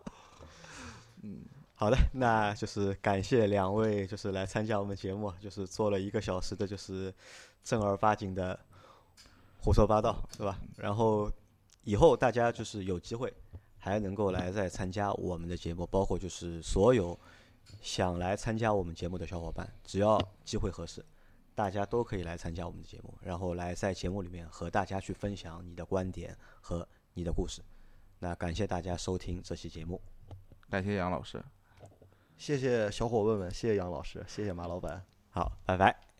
好的，那就是感谢两位，就是来参加我们节目，就是做了一个小时的，就是正儿八经的胡说八道，对吧？然后以后大家就是有机会还能够来再参加我们的节目，包括就是所有想来参加我们节目的小伙伴，只要机会合适，大家都可以来参加我们的节目，然后来在节目里面和大家去分享你的观点和你的故事。那感谢大家收听这期节目， 感谢杨老师。 谢谢小伙伴们，谢谢杨老师，谢谢马老板。 好，拜拜。